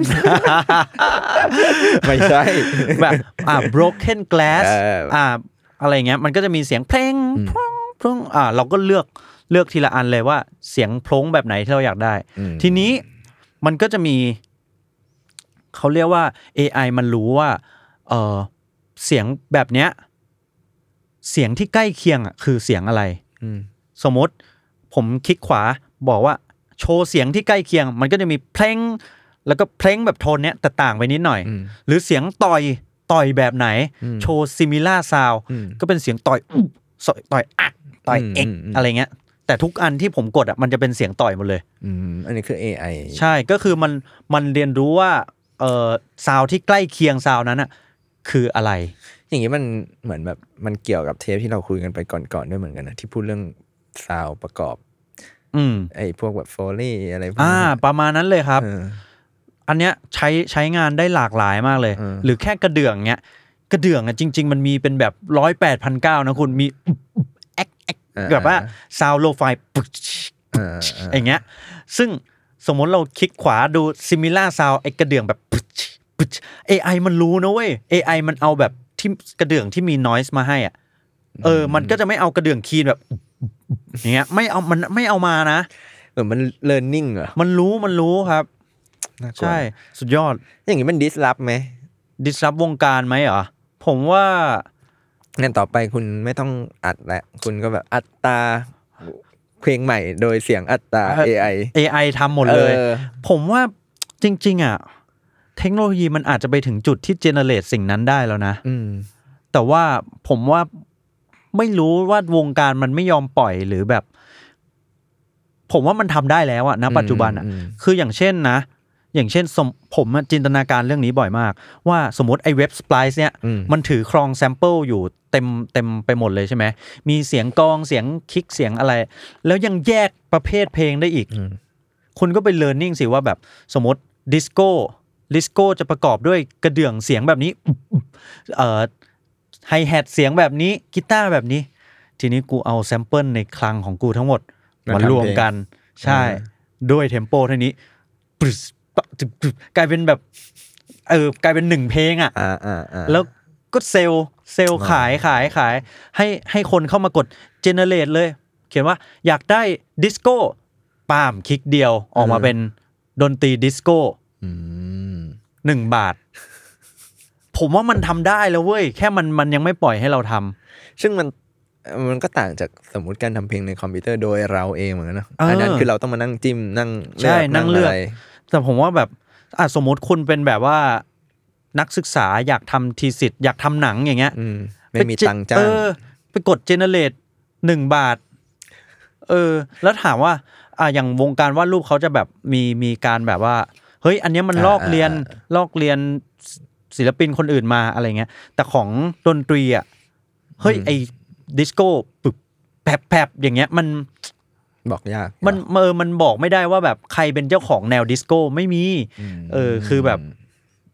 ไม่ใช่แบบอ่า broken glass อ่าอะไรเงี้ยมันก็จะมีเสียงเพลงพร้องพร้องอ่าเราก็เลือกเลือกทีละอันเลยว่าเสียงโพล้งแบบไหนที่เราอยากได้ทีนี้มันก็จะมีเขาเรียกว่า เอ ไอ มันรู้ว่าเออเสียงแบบเนี้ยเสียงที่ใกล้เคียงอ่ะคือเสียงอะไรสมมติผมคลิกขวาบอกว่าโชว์เสียงที่ใกล้เคียงมันก็จะมีเพลงแล้วก็เพลงแบบโทนเนี้ยแต่ต่างไปนิดหน่อยหรือเสียงต่อยต่อยแบบไหนโชว์ซิมิล่าซาวก็เป็นเสียงต่อยต่อยอักต่อยเอ็กอะไรเงี้ยแต่ทุกอันที่ผมกดอ่ะมันจะเป็นเสียงต่อยหมดเลยอืมอันนี้คือ เอ ไอใช่ก็คือมันมันเรียนรู้ว่าเอ่อซาวที่ใกล้เคียงซาวนั้นอ่ะคืออะไรอย่างงี้มันเหมือนแบบมันเกี่ยวกับเทปที่เราคุยกันไปก่อนๆด้วยเหมือนกันนะที่พูดเรื่องซาวประกอบอืมไอ้พวกแบบโฟลี่อะไรพวกอ่าประมาณนั้นเลยครับอันเนี้ยใช้ใช้งานได้หลากหลายมากเลยหรือแค่กระเดื่องเนี้ยกระเดื่องอ่ะจริงๆมันมีเป็นแบบหนึ่งร้อยแปดพันเก้านะคุณมีแอ๊กแอ๊กแบบว่าซาวด์โลไฟอย่างเงี้ยซึ่งสมมติเราคลิกขวาดูซิมิล่าซาวด์ไอ้กระเดื่องแบบ เอ ไอ มันรู้นะเว้ย เอ ไอ มันเอาแบบที่กระเดื่องที่มี noise มาให้อ่ะเออมันก็จะไม่เอากระเดื่องคีนแบบอย่างเงี้ยไม่เอามันไม่เอามานะเหมือนมัน learning เหรอมันรู้มันรู้ครับใช่สุดยอดอย่างงี้มัน disrupt ไหม disrupt วงการไหมเหรอผมว่างั้นต่อไปคุณไม่ต้องอัดแล้วคุณก็แบบอัตราเพลงใหม่โดยเสียงอัตรา เอ ไอเอ ไอ ทำหมดเลยผมว่าจริงๆอ่ะเทคโนโลยีมันอาจจะไปถึงจุดที่ generate สิ่งนั้นได้แล้วนะแต่ว่าผมว่าไม่รู้ว่าวงการมันไม่ยอมปล่อยหรือแบบผมว่ามันทำได้แล้วอะณปัจจุบันอะคืออย่างเช่นนะอย่างเช่นผมจินตนาการเรื่องนี้บ่อยมากว่าสมมติไอ้เว็บ Splice เนี่ยมันถือครองแซมเปิลอยู่เต็มเต็มไปหมดเลยใช่ไหมมีเสียงกลองเสียงคิกเสียงอะไรแล้วยังแยกประเภทเพลงได้อีกคุณก็ไป learning สิว่าแบบสมมติดิสโก้ดิสโก้จะประกอบด้วยกระเดื่องเสียงแบบนี้เอ่อไฮแฮทเสียงแบบนี้กีตาร์แบบนี้ทีนี้กูเอาแซมเปิลในคลังของกูทั้งหมดมารวมกันใช่ด้วยเทมโปเท่านี้กลายเป็นแบบเออกลายเป็นหนึ่งเพลงอ่ะแล้วก็เซลเซลขายขายขายให้ให้คนเข้ามากดเจเนเรตเลยเขียนว่าอยากได้ดิสโก้ปามคลิกเดียวออกมาเป็นดนตรีดิสโก้หนึ่งบาทผมว่ามันทำได้แล้วเว้ยแค่มันมันยังไม่ปล่อยให้เราทำซึ่งมันมันก็ต่างจากสมมุติการทำเพลงในคอมพิวเตอร์โดยเราเองเหมือนกันนะอันนั้นคือเราต้องมานั่งจิ้มนั่งเลือกนั่งเลือกแต่ผมว่าแบบอ่ะสมมติคุณเป็นแบบว่านักศึกษาอยากทำทีสิทธ์อยากทำหนังอย่างเงี้ยไม่มีตังค์จ้างเออไปกดเจเนเรตหนึ่งบาทเออแล้วถามว่าอ่ะอย่างวงการวาดรูปเขาจะแบบมีมีการแบบว่าเฮ้ยอันนี้มันลอกเรียนลอกเรียนศิลปินคนอื่นมาอะไรเงี้ยแต่ของดนตรีอ่ะเฮ้ยไอ้ดิสโก้ปึบแผบๆอย่างเงี้ยมันบอกยากมันเออมันบอกไม่ได้ว่าแบบใครเป็นเจ้าของแนวดิสโก้ไม่มีเออคือแบบ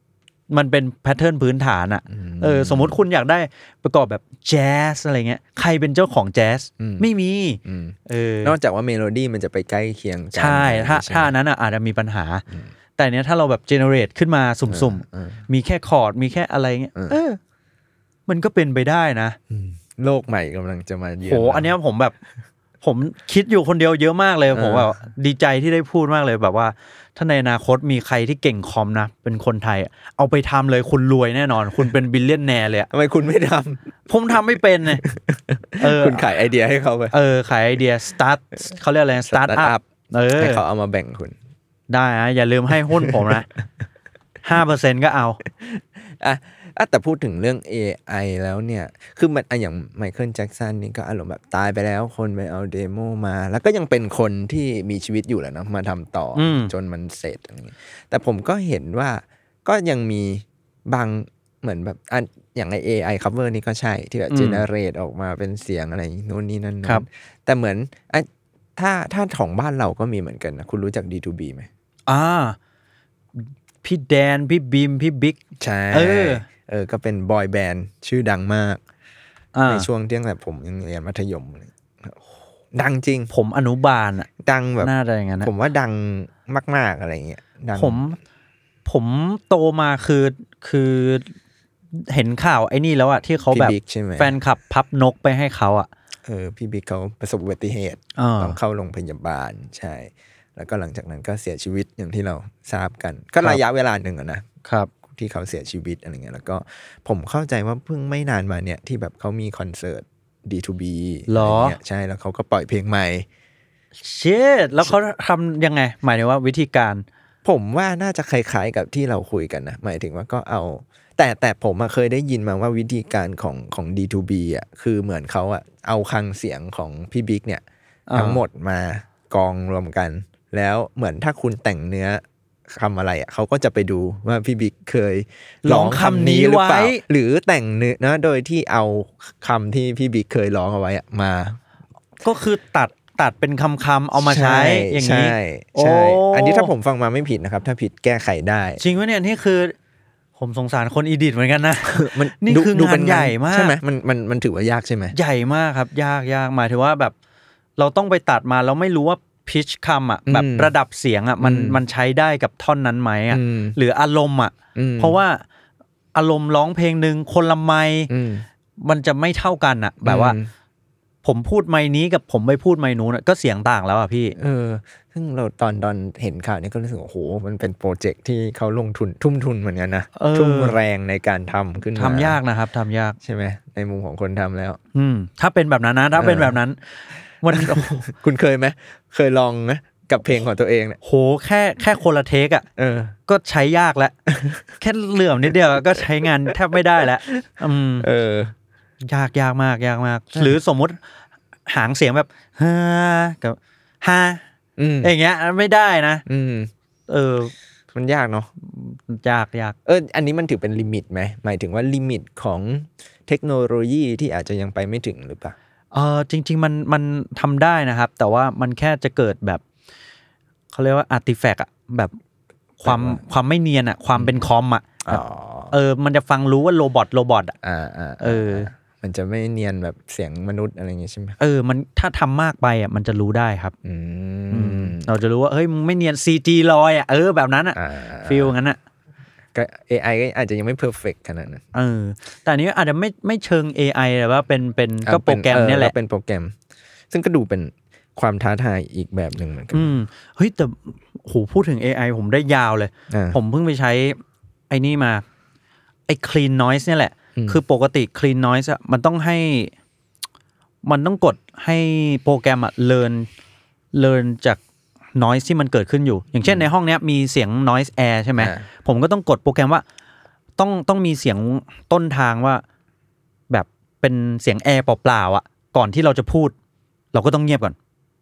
มันเป็นแพทเทิร์นพื้นฐานอ่ะเออสมมติคุณอยากได้ประกอบแบบแจ๊สอะไรเงี้ยใครเป็นเจ้าของแจ๊สไม่มีเออนอกจากว่าเมโลดี้มันจะไปใกล้เคียงกันใช่ถ้าถ้านั้นอ่ะอาจจะมีปัญหาแต่เนี้ยถ้าเราแบบเจเนเรตขึ้นมาสุ่มๆมีแค่คอร์ดมีแค่อะไรเงี้ยเออมันก็เป็นไปได้นะโลกใหม่กำลังจะมาเยือนโหอันเนี้ยผมแบบผมคิดอยู่คนเดียวเยอะมากเลยผมแบบดีใจที่ได้พูดมากเลยแบบว่าถ้าในอนาคตมีใครที่เก่งคอมนะเป็นคนไทยเอาไปทำเลยคุณรวยแน่นอนคุณเป็นบิลเลียนแนร์เลยทำไมคุณไม่ทำผมทำไม่เป็นเลยเออคุณขายไอเดียให้เขาไปเออขายไอเดียสตาร์ทเขาเรียกอะไรสตาร์ทอัพเออให้เขาเอามาแบ่งคุณได้นะอย่าลืมให้หุ้นผมนะ ห้าเปอร์เซ็นต์ ก็เอาอ่ะแต่พูดถึงเรื่อง เอ ไอ แล้วเนี่ยคือมันอย่างไมเคิลแจ็คสันนี่ก็อารมณ์แบบตายไปแล้วคนไปเอาเดโมมาแล้วก็ยังเป็นคนที่มีชีวิตอยู่แหละเนาะมาทำต่อจนมันเสร็จอะไรเงี้ยแต่ผมก็เห็นว่าก็ยังมีบางเหมือนแบบอันอย่างไอ เอ ไอ cover นี่ก็ใช่ที่แบบเจเนเรตออกมาเป็นเสียงอะไรโน่นนี่นั่นแต่เหมือนไอถ้าถ้าของบ้านเราก็มีเหมือนกันนะคุณรู้จัก ดี ทู บี ไหมอ่าพี่แดนพี่บีมพี่บิ๊กใช่เออเออก็เป็นบอยแบนด์ชื่อดังมากในช่วงที่ตั้งแต่ผมยังเรียนมัธยมดังจริงผมอนุบาลอ่ะดังแบบน่าจะอย่างนั้นผมว่าดังมากๆอะไรเงี้ยผมผมโตมาคือคือเห็นข่าวไอ้นี่แล้วอ่ะที่เขาแบบแฟนคลับพับนกไปให้เขาอ่ะเออพี่บิ๊กเขาประสบอุบัติเหตุต้องเข้าโรงพยาบาลใช่แล้วก็หลังจากนั้นก็เสียชีวิตอย่างที่เราทราบกันก็ระยะเวลาหนึ่งอะนะครับที่เขาเสียชีวิตอะไรเงี้ยแล้วก็ผมเข้าใจว่าเพิ่งไม่นานมาเนี่ยที่แบบเขามีคอนเสิร์ต ดี ทู บี อะไรเงี้ยใช่แล้วเขาก็ปล่อยเพลงใหม่เชิดแล้วเขาทำยังไงหมายถึงว่าวิธีการผมว่าน่าจะคล้ายๆกับที่เราคุยกันนะหมายถึงว่าก็เอาแต่แต่ผมเคยได้ยินมาว่าวิธีการของของ ดี ทู บี อ่ะคือเหมือนเขาอ่ะเอาคลังเสียงของพี่บิ๊กเนี่ยทั้งหมดมากองรวมกันแล้วเหมือนถ้าคุณแต่งเนื้อคำอะไรอ่ะเขาก็จะไปดูว่าพี่บิ๊กเคยร้องคำนี้หรือเปล่าหรือแต่งเนื้อนะโดยที่เอาคำที่พี่บิ๊กเคยร้องเอาไว้อ่ะมาก็คือตัดตัดเป็นคำๆเอามาใช้อย่างนี้ใช่ใช่อันนี้ถ้าผมฟังมาไม่ผิดนะครับถ้าผิดแก้ไขได้จริงวะเนี่ยนี่คือผมสงสารคนอีดิทเหมือนกันนะมันนี่คืองานใหญ่มากใช่ไหมมันมันมันถือว่ายากใช่ไหมใหญ่มากครับยากยากหมายถึงว่าแบบเราต้องไปตัดมาแล้วไม่รู้ว่าพิชคำอ่ะแบบระดับเสียงอ่ะมันมันใช้ได้กับท่อนนั้นไหมอ่ะหรืออารมณ์อ่ะเพราะว่าอารมณ์ร้องเพลงนึงคนละไมค์มันจะไม่เท่ากันอ่ะแบบว่าผมพูดไมค์นี้กับผมไปพูดไมค์นู้นก็เสียงต่างแล้วอ่ะพี่เออซึ่งเราตอนตอนเห็นข่าวนี้ก็รู้สึกโอ้โหมันเป็นโปรเจกต์ที่เขาลงทุนทุ่มทุนเหมือนกันนะทุ่มแรงในการทำขึ้นมาทำยากนะครับทำยากใช่ไหมในมุมของคนทำแล้วอืมถ้าเป็นแบบนั้นนะถ้าเป็นแบบนั้นมันคุณเคยไหมเคยลองไหมกับเพลงของตัวเองเนี่ยโหแค่แค่คนละเทคอ่ะเออก็ใช้ยากแล้วแค่เหลื่อมนิดเดียวก็ใช้งานแทบไม่ได้แล้วอืมเออยากยากมากยากมากหรือสมมุติหางเสียงแบบฮากับฮาอย่างเงี้ยไม่ได้นะเออมันยากเนาะยากยากเอออันนี้มันถือเป็นลิมิตไหมหมายถึงว่าลิมิตของเทคโนโลยีที่อาจจะยังไปไม่ถึงหรือเปล่าเออจริงๆมันมันทำได้นะครับแต่ว่ามันแค่จะเกิดแบบเขาเรียกว่าอาร์ติแฟกต์อ่ะแบบความความไม่เนียนอ่ะความเป็นคอมอ่ะเออมันจะฟังรู้ว่าโรบอทโรบอทอ่ะเออมันจะไม่เนียนแบบเสียงมนุษย์อะไรอย่างงี้ใช่ไหมเออมันถ้าทำมากไปอ่ะมันจะรู้ได้ครับอืมเราจะรู้ว่าเฮ้ยมึงไม่เนียน ซี จี ลอยอ่ะเออแบบนั้นอ่ะฟีลงั้นอ่ะก็ เอ ไอ ก็อาจจะยังไม่เพอร์เฟคขนาดนั้นเออแต่อันนี้อาจจะไม่ไม่เชิง เอ ไอ แต่ว่าเป็นเป็นก็โปรแกรมเนี่ยแหละเป็นโปรแกรมซึ่งก็ดูเป็นความท้าทายอีกแบบนึงเหมือนกันอืมเฮ้ยแต่โหพูดถึง เอ ไอ ผมได้ยาวเลยผมเพิ่งไปใช้ไอ้นี่มาไอ้ clean noise เนี่ยแหละคือปกติ clean noise อ่ะมันต้องให้มันต้องกดให้โปรแกรมอ่ะ learn learn จาก noise ที่มันเกิดขึ้นอยู่อย่างเช่นในห้องเนี้ยมีเสียง noise air ใช่ไหมผมก็ต้องกดโปรแกรมว่าต้องต้องมีเสียงต้นทางว่าแบบเป็นเสียงแอร์เปล่าๆอ่ะก่อนที่เราจะพูดเราก็ต้องเงียบก่อน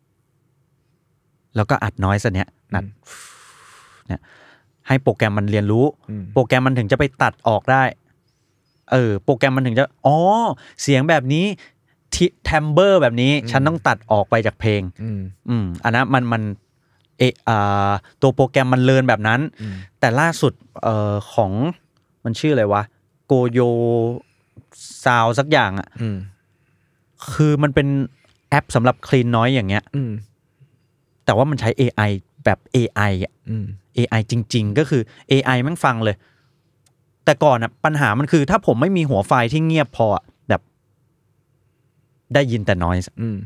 แล้วก็อัด noise อันเนี้ยนัดเนี่ยให้โปรแกรมมันเรียนรู้โปรแกรมมันถึงจะไปตัดออกได้เออโปรแกรมมันถึงจะอ๋อเสียงแบบนี้แทมเบอร์แบบนี้ฉันต้องตัดออกไปจากเพลงอืมอืมอันนั้นมันมันเออ่าตัวโปรแกรมมันเรียนแบบนั้นแต่ล่าสุดเอ่อของมันชื่ออะไรวะโกโยซาวสักอย่างอ่ะคือมันเป็นแอปสำหรับ clean noise อย่างเงี้ยแต่ว่ามันใช้ เอ ไอ แบบ เอ ไอ อ่ะ เอ ไอ จริงๆก็คือ เอ ไอ แม่งฟังเลยแต่ก่อนอ่ะปัญหามันคือถ้าผมไม่มีหัวไฟล์ที่เงียบพอแบบได้ยินแต่ noise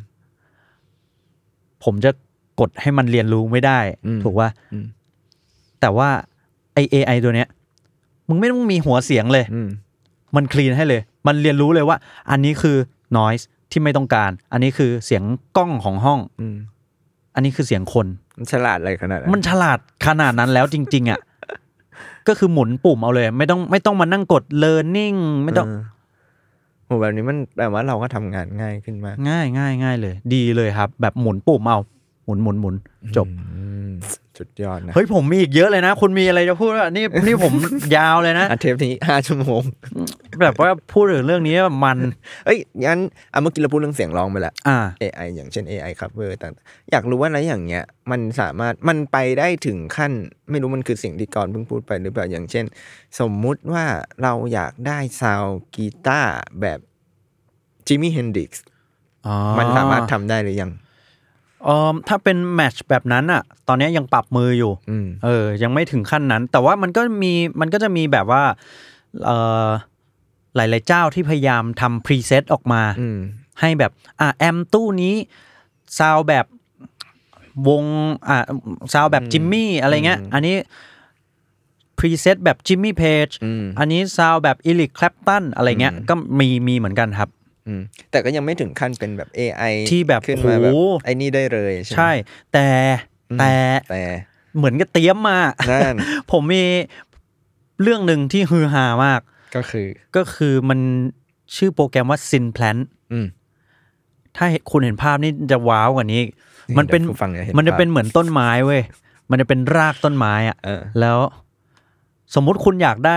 ผมจะกดให้มันเรียนรู้ไม่ได้ถูกว่าแต่ว่าไอ เอ ไอ ตัวเนี้ยมึงไม่ต้องมีหัวเสียงเลยมันคลีนให้เลยมันเรียนรู้เลยว่าอันนี้คือ noise ที่ไม่ต้องการอันนี้คือเสียงกล้องของห้องอันนี้คือเสียงคนมันฉลาดอะไรขนาดนั้นมันฉลาดขนาดนั้นแล้วจริงๆอ่ะก็คือหมุนปุ่มเอาเลยไม่ต้องไม่ต้องมานั่งกด learning ไม่ต้องโหแบบนี้มันแปลว่าเราก็ทำงานง่ายขึ้นมากง่ายง่ายง่ายเลยดีเลยครับแบบหมุนปุ่มเอาหมุนหมุนหมุนจบสุดยอดนะเฮ้ยผมมีอีกเยอะเลยนะคุณมีอะไรจะพูดอ่ะนี่นี่ผมยาวเลยนะเทปนี้ห้าชั่วโมงแบบว่าพูดถึงเรื่องนี้มันเอ้ยงั้นอ่ะเมื่อกี้เราพูดเรื่องเสียงร้องไปแล้วอ่า เอ ไอ อย่างเช่น เอ ไอ cover ต่างๆอยากรู้ว่าอะไรอย่างเงี้ยมันสามารถมันไปได้ถึงขั้นไม่รู้มันคือสิ่งที่ก่อนเพิ่งพูดไปหรือเปล่าอย่างเช่นสมมุติว่าเราอยากได้ซาวด์กีตาร์แบบจิมมี่เฮนดริกซ์มันสามารถทำได้หรือยังเอ่อถ้าเป็นแมทช์แบบนั้นอ่ะตอนนี้ยังปรับมืออยู่เออยังไม่ถึงขั้นนั้นแต่ว่ามันก็มีมันก็จะมีแบบว่าเอ่อหลายๆเจ้าที่พยายามทำพรีเซตออกมาให้แบบอ่ะแอมตู้นี้ซาวแบบวงอ่ะซาวแบบจิมมี่อะไรเงี้ยอันนี้พรีเซตแบบจิมมี่เพจอันนี้ซาวแบบอีริคแคลปตันอะไรเงี้ยก็มีมีเหมือนกันครับแต่ก็ยังไม่ถึงขั้นเป็นแบบ เอ ไอที่แบบขึ้นมาแบบไอ้นี่ได้เลยใช่ใช่แต่แต่แต่เหมือนกับเตรียมมาผมมีเรื่องหนึ่งที่ฮือฮามากก็คือก็คือมันชื่อโปรแกรมว่า Synplant ถ้าคุณเห็นภาพนี่จะว้าวกว่านี้มันเป็นมันจะเป็นเหมือนต้นไม้เว้ยมันจะเป็นรากต้นไม้อ่ะแล้วสมมุติคุณอยากได้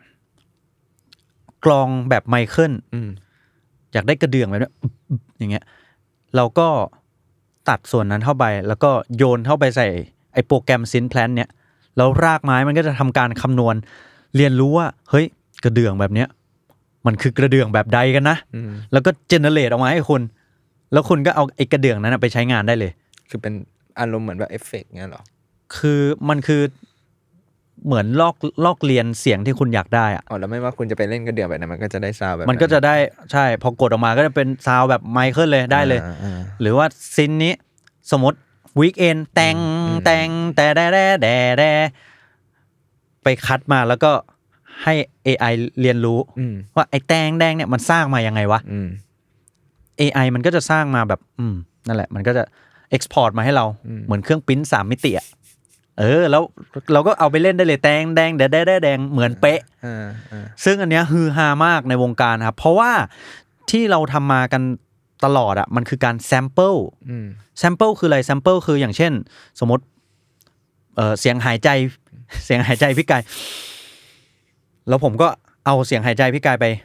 กลองแบบไมเคิลอยากได้กระเดื่องแบบนี้อย่างเงี้ยเราก็ตัดส่วนนั้นเข้าไปแล้วก็โยนเข้าไปใส่ไอ้โปรแกรม Synplant เนี่ยแล้วรากไม้มันก็จะทำการคำนวณเรียนรู้ว่าเฮ้ยกระเดื่องแบบเนี้ยมันคือกระเดื่องแบบใดกันนะแล้วก็เจเนเรตออกมาให้คุณแล้วคุณก็เอาไอ้กระเดื่องนั้นไปใช้งานได้เลยคือเป็นอารมณ์เหมือนแบบเอฟเฟกต์เงี้ยหรอคือมันคือเหมือนลอกลอกเรียนเสียงที่คุณอยากได้อ่ะอ๋อแล้วไม่ว่าคุณจะไปเล่นกระเดื่องแบบนั้นมันก็จะได้ซาวแบบมันก็จะได้ใช่พอกดออกมาก็จะเป็นซาวแบบไมเคิลเลยได้เลยหรือว่าซินนี้สมมติวีคเอนแตงแตงแต่แดแดแดแดไปคัดมาแล้วก็ให้ เอ ไอ เรียนรู้ว่าไอ้แตงแดงเนี่ยมันสร้างมายังไงวะ เอ ไอ มันก็จะสร้างมาแบบอืมนั่นแหละมันก็จะ export มาให้เราเหมือนเครื่องปริ้นท์สามมิติอ่ะเออแล้วเราก็เอาไปเล่นได้เลยแตงแดงแดแดแดแดงเหมือนเป๊ะซึ่งอันเนี้ยฮือฮามากในวงการครับเพราะว่าที่เราทำมากันตลอดอ่ะมันคือการแซมเปิลแซมเปิลคืออะไรแซมเปิลคืออย่างเช่นสมมติเอ่อเสียงหายใจเสียงหายใจพี่กายแล้วผมก็เอาเสียงหายใจพี่กายไป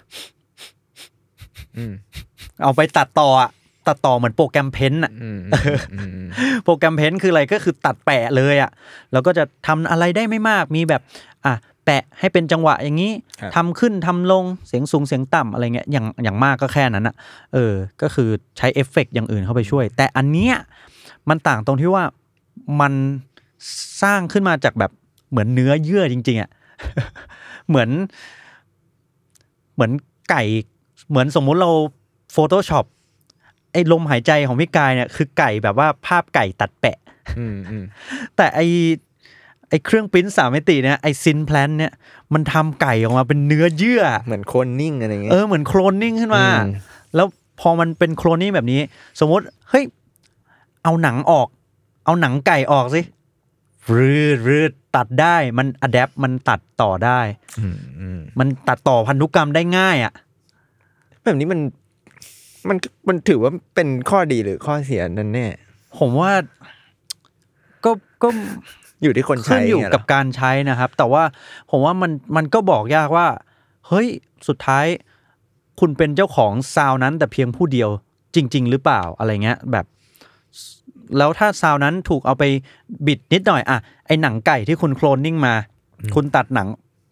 เอาไปตัดต่ออ่ะตัดต่อเหมือนโปรแกรมเพนท์อ่ะโปรแกรมเพนท์คืออะไรก็คือตัดแปะเลยอ่ะแล้วก็จะทำอะไรได้ไม่มากมีแบบอ่ะแปะให้เป็นจังหวะอย่างนี้ทำขึ้นทำลงเสียงสูงเสียงต่ำอะไรเงี้ยอย่างอย่างมากก็แค่นั้นอ่ะเออก็คือใช้เอฟเฟกต์อย่างอื่นเข้าไปช่วยแต่อันเนี้ยมันต่างตรงที่ว่ามันสร้างขึ้นมาจากแบบเหมือนเนื้อเยื่อจริงๆอ่ะเหมือนเหมือนไก่เหมือนสมมุติเรา Photoshop ไอ้ลมหายใจของพี่กายเนี่ยคือไก่แบบว่าภาพไก่ตัดแปะแต่ไอไอเครื่องปริ้นท์สามมิติเนี่ยไอ Synplant เนี่ยมันทำไก่ออกมาเป็นเนื้อเยื่อเหมือนโคลนนิ่งอะไรอย่างเงี้ยเออเหมือนโคลนนิ่งขึ้นมาแล้วพอมันเป็นโคลนนิ่งแบบนี้สมมติเฮ้ยเอาหนังออกเอาหนังไก่ออกสิรืดรืดตัดได้มันอะแดปมันตัดต่อได้มันตัดต่อพันธุกรรมได้ง่ายอ่ะแบบนี้มันมันมันถือว่าเป็นข้อดีหรือข้อเสียนั่นแน่ผมว่าก็ก็อยู่ที่คนใช้ขึ้นอยู่กับการใช้นะครับแต่ว่าผมว่ามันมันก็บอกยากว่าเฮ้ยสุดท้ายคุณเป็นเจ้าของซาวนั้นแต่เพียงผู้เดียวจริงๆหรือเปล่าอะไรเงี้ยแบบแล้วถ้าซาวนั้นถูกเอาไปบิดนิดหน่อยอ่ะไอหนังไก่ที่คุณโคลนนิ่งมาคุณตัดหนัง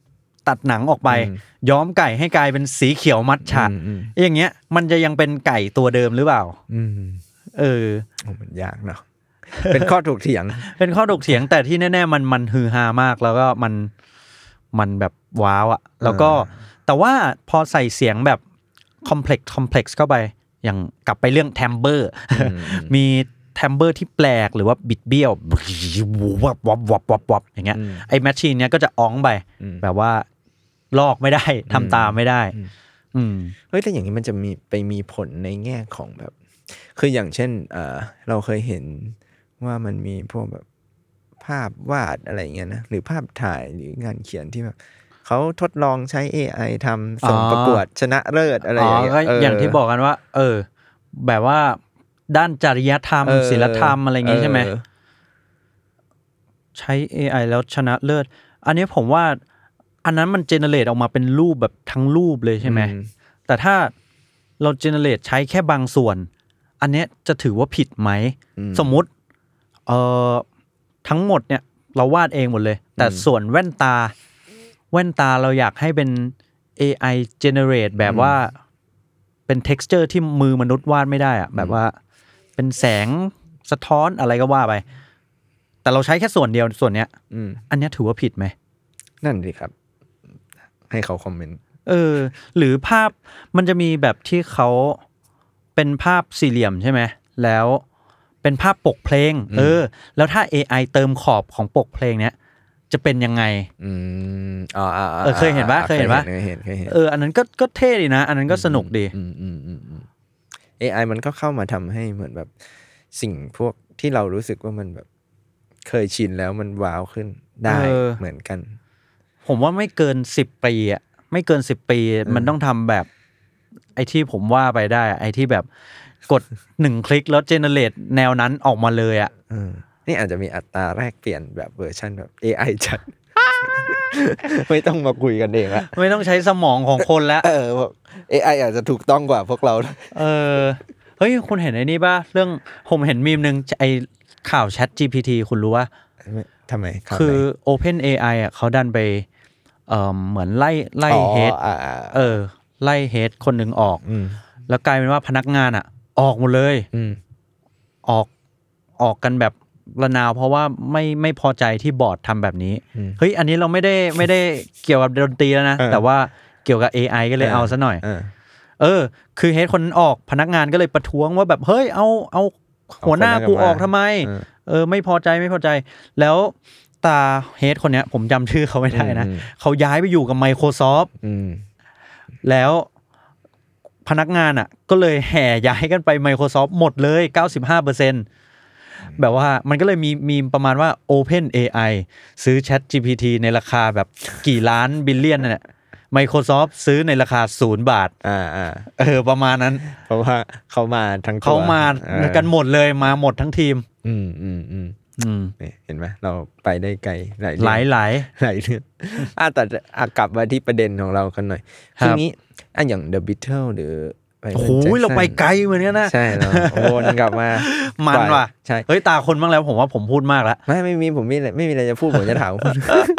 ตัดหนังออกไปย้อมไก่ให้กลายเป็นสีเขียวมัทฉะอย่างเงี้ยมันจะยังเป็นไก่ตัวเดิมหรือเปล่าเออมันยากเนาะเป็นข้อถกเถียงเป็นข้อถกเถียงแต่ที่แน่ๆมันมันฮือฮามากแล้วก็มันมันแบบว้าวอ่ะแล้วก็แต่ว่าพอใส่เสียงแบบคอมเพล็กซ์คอมเพล็กซ์เข้าไปอย่างกลับไปเรื่องแทมเบอร์มีแทมเบอร์ที่แปลกหรือว่าบิดเบี้ยววับวับวับวับวับอย่างเงี้ยไอ้แมชชีนเนี้ยก็จะอ้องไปแบบว่าลอกไม่ได้ทำตามไม่ได้อืมเฮ้ยแต่อย่างนี้มันจะมีไปมีผลในแง่ของแบบคืออย่างเช่นเอ่อเราเคยเห็นว่ามันมีพวกแบบภาพวาดอะไรเงี้ยนะหรือภาพถ่ายหรืองานเขียนที่แบบเขาทดลองใช้ เอ ไอ ทำส่งประกวดชนะเลิศอะไรอย่างเงี้ยก็อย่างที่บอกกันว่าเออแบบว่าด้านจริยธรรมศิลธรรมอะไรอย่างงี้ใช่ไหมใช้ เอ ไอ แล้วชนะเลิศอันนี้ผมว่าอันนั้นมันเจเนเรตออกมาเป็นรูปแบบทั้งรูปเลยใช่ไหมแต่ถ้าเราเจเนเรตใช้แค่บางส่วนอันเนี้ยจะถือว่าผิดไหมสมมุติเอ่อทั้งหมดเนี่ยเราวาดเองหมดเลยแต่ส่วนแว่นตาแว่นตาเราอยากให้เป็น เอ ไอ generate แบบว่าเป็น texture ที่มือมนุษย์วาดไม่ได้อะแบบว่าเป็นแสงสะท้อนอะไรก็ว่าไปแต่เราใช้แค่ส่วนเดียวส่วนเนี้ยอันเนี้ยถือว่าผิดไหมนั่นสิครับให้เขาคอมเมนต์เออหรือภาพมันจะมีแบบที่เขาเป็นภาพสี่เหลี่ยมใช่ไหมแล้วเป็นภาพปกเพลงเออแล้วถ้า เอ ไอ เติมขอบของปกเพลงเนี้ยจะเป็นยังไงอืมอ๋อเออเคยเห็นป่ะเคยเห็นป่ะเคยเห็นเคยเห็นเอออันนั้นก็ก็เท่ดีนะอันนั้นก็สนุกดีอืมอืมอืมอืม เอ ไอ มันก็เข้ามาทำให้เหมือนแบบสิ่งพวกที่เรารู้สึกว่ามันแบบเคยชินแล้วมันว้าวขึ้นได้เหมือนกันผมว่าไม่เกินสิบปีอ่ะไม่เกินสิบปีมันต้องทำแบบไอ้ที่ผมว่าไปได้ไอ้ที่แบบกดหนึ่งคลิกแล้วเจเนเรตแนวนั้นออกมาเลยอ่ะนี่อาจจะมีอัตราแรกเปลี่ยนแบบเวอร์ชันแบบ เอ ไอ จัด ไม่ต้องมาคุยกันเองละไม่ต้องใช้สมองของคนแล้วเออ เอ ไอ อาจจะถูกต้องกว่าพวกเราเออเฮ้ยคุณเห็นไอ้นี่ป่ะเรื่องผมเห็นมีมนึงไอ้ข่าว Chat จี พี ที คุณรู้ว่าทำไมคือ Open เอ ไอ อ่ะเขาดันไปเอ่อเหมือนไล่ไล่เฮดเออไล่เฮดคนหนึ่งออกแล้วกลายเป็นว่าพนักงานอ่ะออกหมดเลยออกออกกันแบบระนาวเพราะว่าไม่ไม่พอใจที่บอร์ดทำแบบนี้เฮ้ยอันนี้เราไม่ได้ไม่ได้เกี่ยวกับดนตรีแล้วนะแต่ว่าเกี่ยวกับ เอ ไอ ก็เลยเอาซะหน่อยเออคือเฮดคนนั้นออกพนักงานก็เลยประท้วงว่าแบบเฮ้ยเอาเอาหัวหน้ากูออกทำไมเออไม่พอใจไม่พอใจแล้วตาเฮดคนเนี้ยผมจำชื่อเขาไม่ได้นะเขาย้ายไปอยู่กับ Microsoft แล้วพนักงานอ่ะก็เลยแห่ย้ายกันไป Microsoft หมดเลย เก้าสิบห้าเปอร์เซ็นต์ แบบว่ามันก็เลยมีมีประมาณว่า Open เอ ไอ ซื้อ Chat จี พี ที ในราคาแบบกี่ล้านบิลเลียนนั่นแหละ Microsoft ซื้อในราคาศูนย์บาทอ่าๆเออประมาณนั้นเพราะว่าเขามาทั้งตัวเขามากันหมดเลยมาหมดทั้งทีมอืมอืมอืมอืมเห็นไหมเราไปได้ไกลหลายหลายหลายหลายเรื่องอ่ะแต่กลับมาที่ประเด็นของเรากันหน่อยทีนี้อ่ะอย่าง The Beatles หรือโอ้ยเราไปไกลเหมือนกันนะใช่เราวนกลับมามันว่ะใช่เฮ้ยตาคนบ้างแล้วผมว่าผมพูดมากแล้วไม่ไม่มีผมไม่ไม่มีอะไรจะพูดผมจะถามคุณ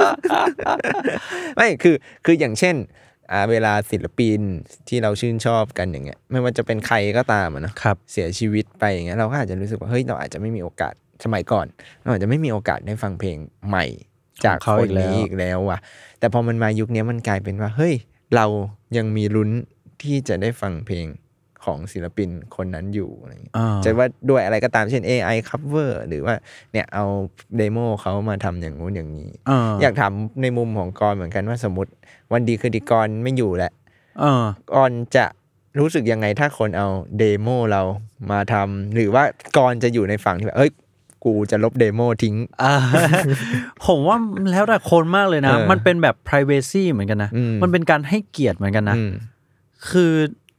ไม่คือคืออย่างเช่นอ่าเวลาศิลปินที่เราชื่นชอบกันอย่างเงี้ยไม่ว่าจะเป็นใครก็ตามอ่ะเนาะเสียชีวิตไปอย่างเงี้ยเราก็อาจจะรู้สึกว่าเฮ้ยเราอาจจะไม่มีโอกาสสมัยก่อนเราอาจจะไม่มีโอกาสได้ฟังเพลงใหม่จากคนนี้อีกแล้วว่ะแต่พอมันมายุคนี้มันกลายเป็นว่าเฮ้ยเรายังมีลุ้นที่จะได้ฟังเพลงของศิลปินคนนั้นอยู่อะไรอย่างเงี้ยจะว่าด้วยอะไรก็ตามเช่น เอ ไอ cover หรือว่าเนี่ยเอาเดโมเขามาทำอย่างงู้นอย่างนี้อยากถามในมุมของกรเหมือนกันว่าสมมติวันดีคือดีกรไม่อยู่แล้วกรจะรู้สึกยังไงถ้าคนเอาเดโมเรามาทำหรือว่ากรจะอยู่ในฝั่งที่แบบเอ้ยกูจะลบเดโมทิ้งผมว่าแล้วแต่คนมากเลยนะมันเป็นแบบ privacy เหมือนกันนะมันเป็นการให้เกียรติเหมือนกันนะคือ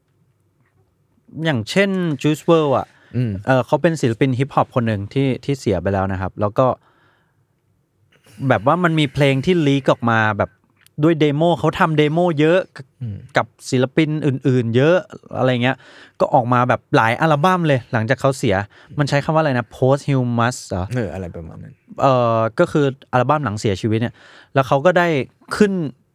อย่างเช่น Juice world อ่ะเออเขาเป็นศิลปินฮิปฮอปคนหนึ่งที่ที่เสียไปแล้วนะครับแล้วก็แบบว่ามันมีเพลงที่ลีกออกมาแบบด้วยเดโมเขาทำเดโมเยอะกับศิลปินอื่นๆเยอะอะไรเงี้ยก็ออกมาแบบหลายอัลบั้มเลยหลังจากเขาเสียมันใช้คำว่าอะไรนะ posthumous เหรอเอออะไรประมาณนั้นเออก็คืออัลบั้มหลังเสียชีวิตเนี่ยแล้วเขาก็ได้ขึ้น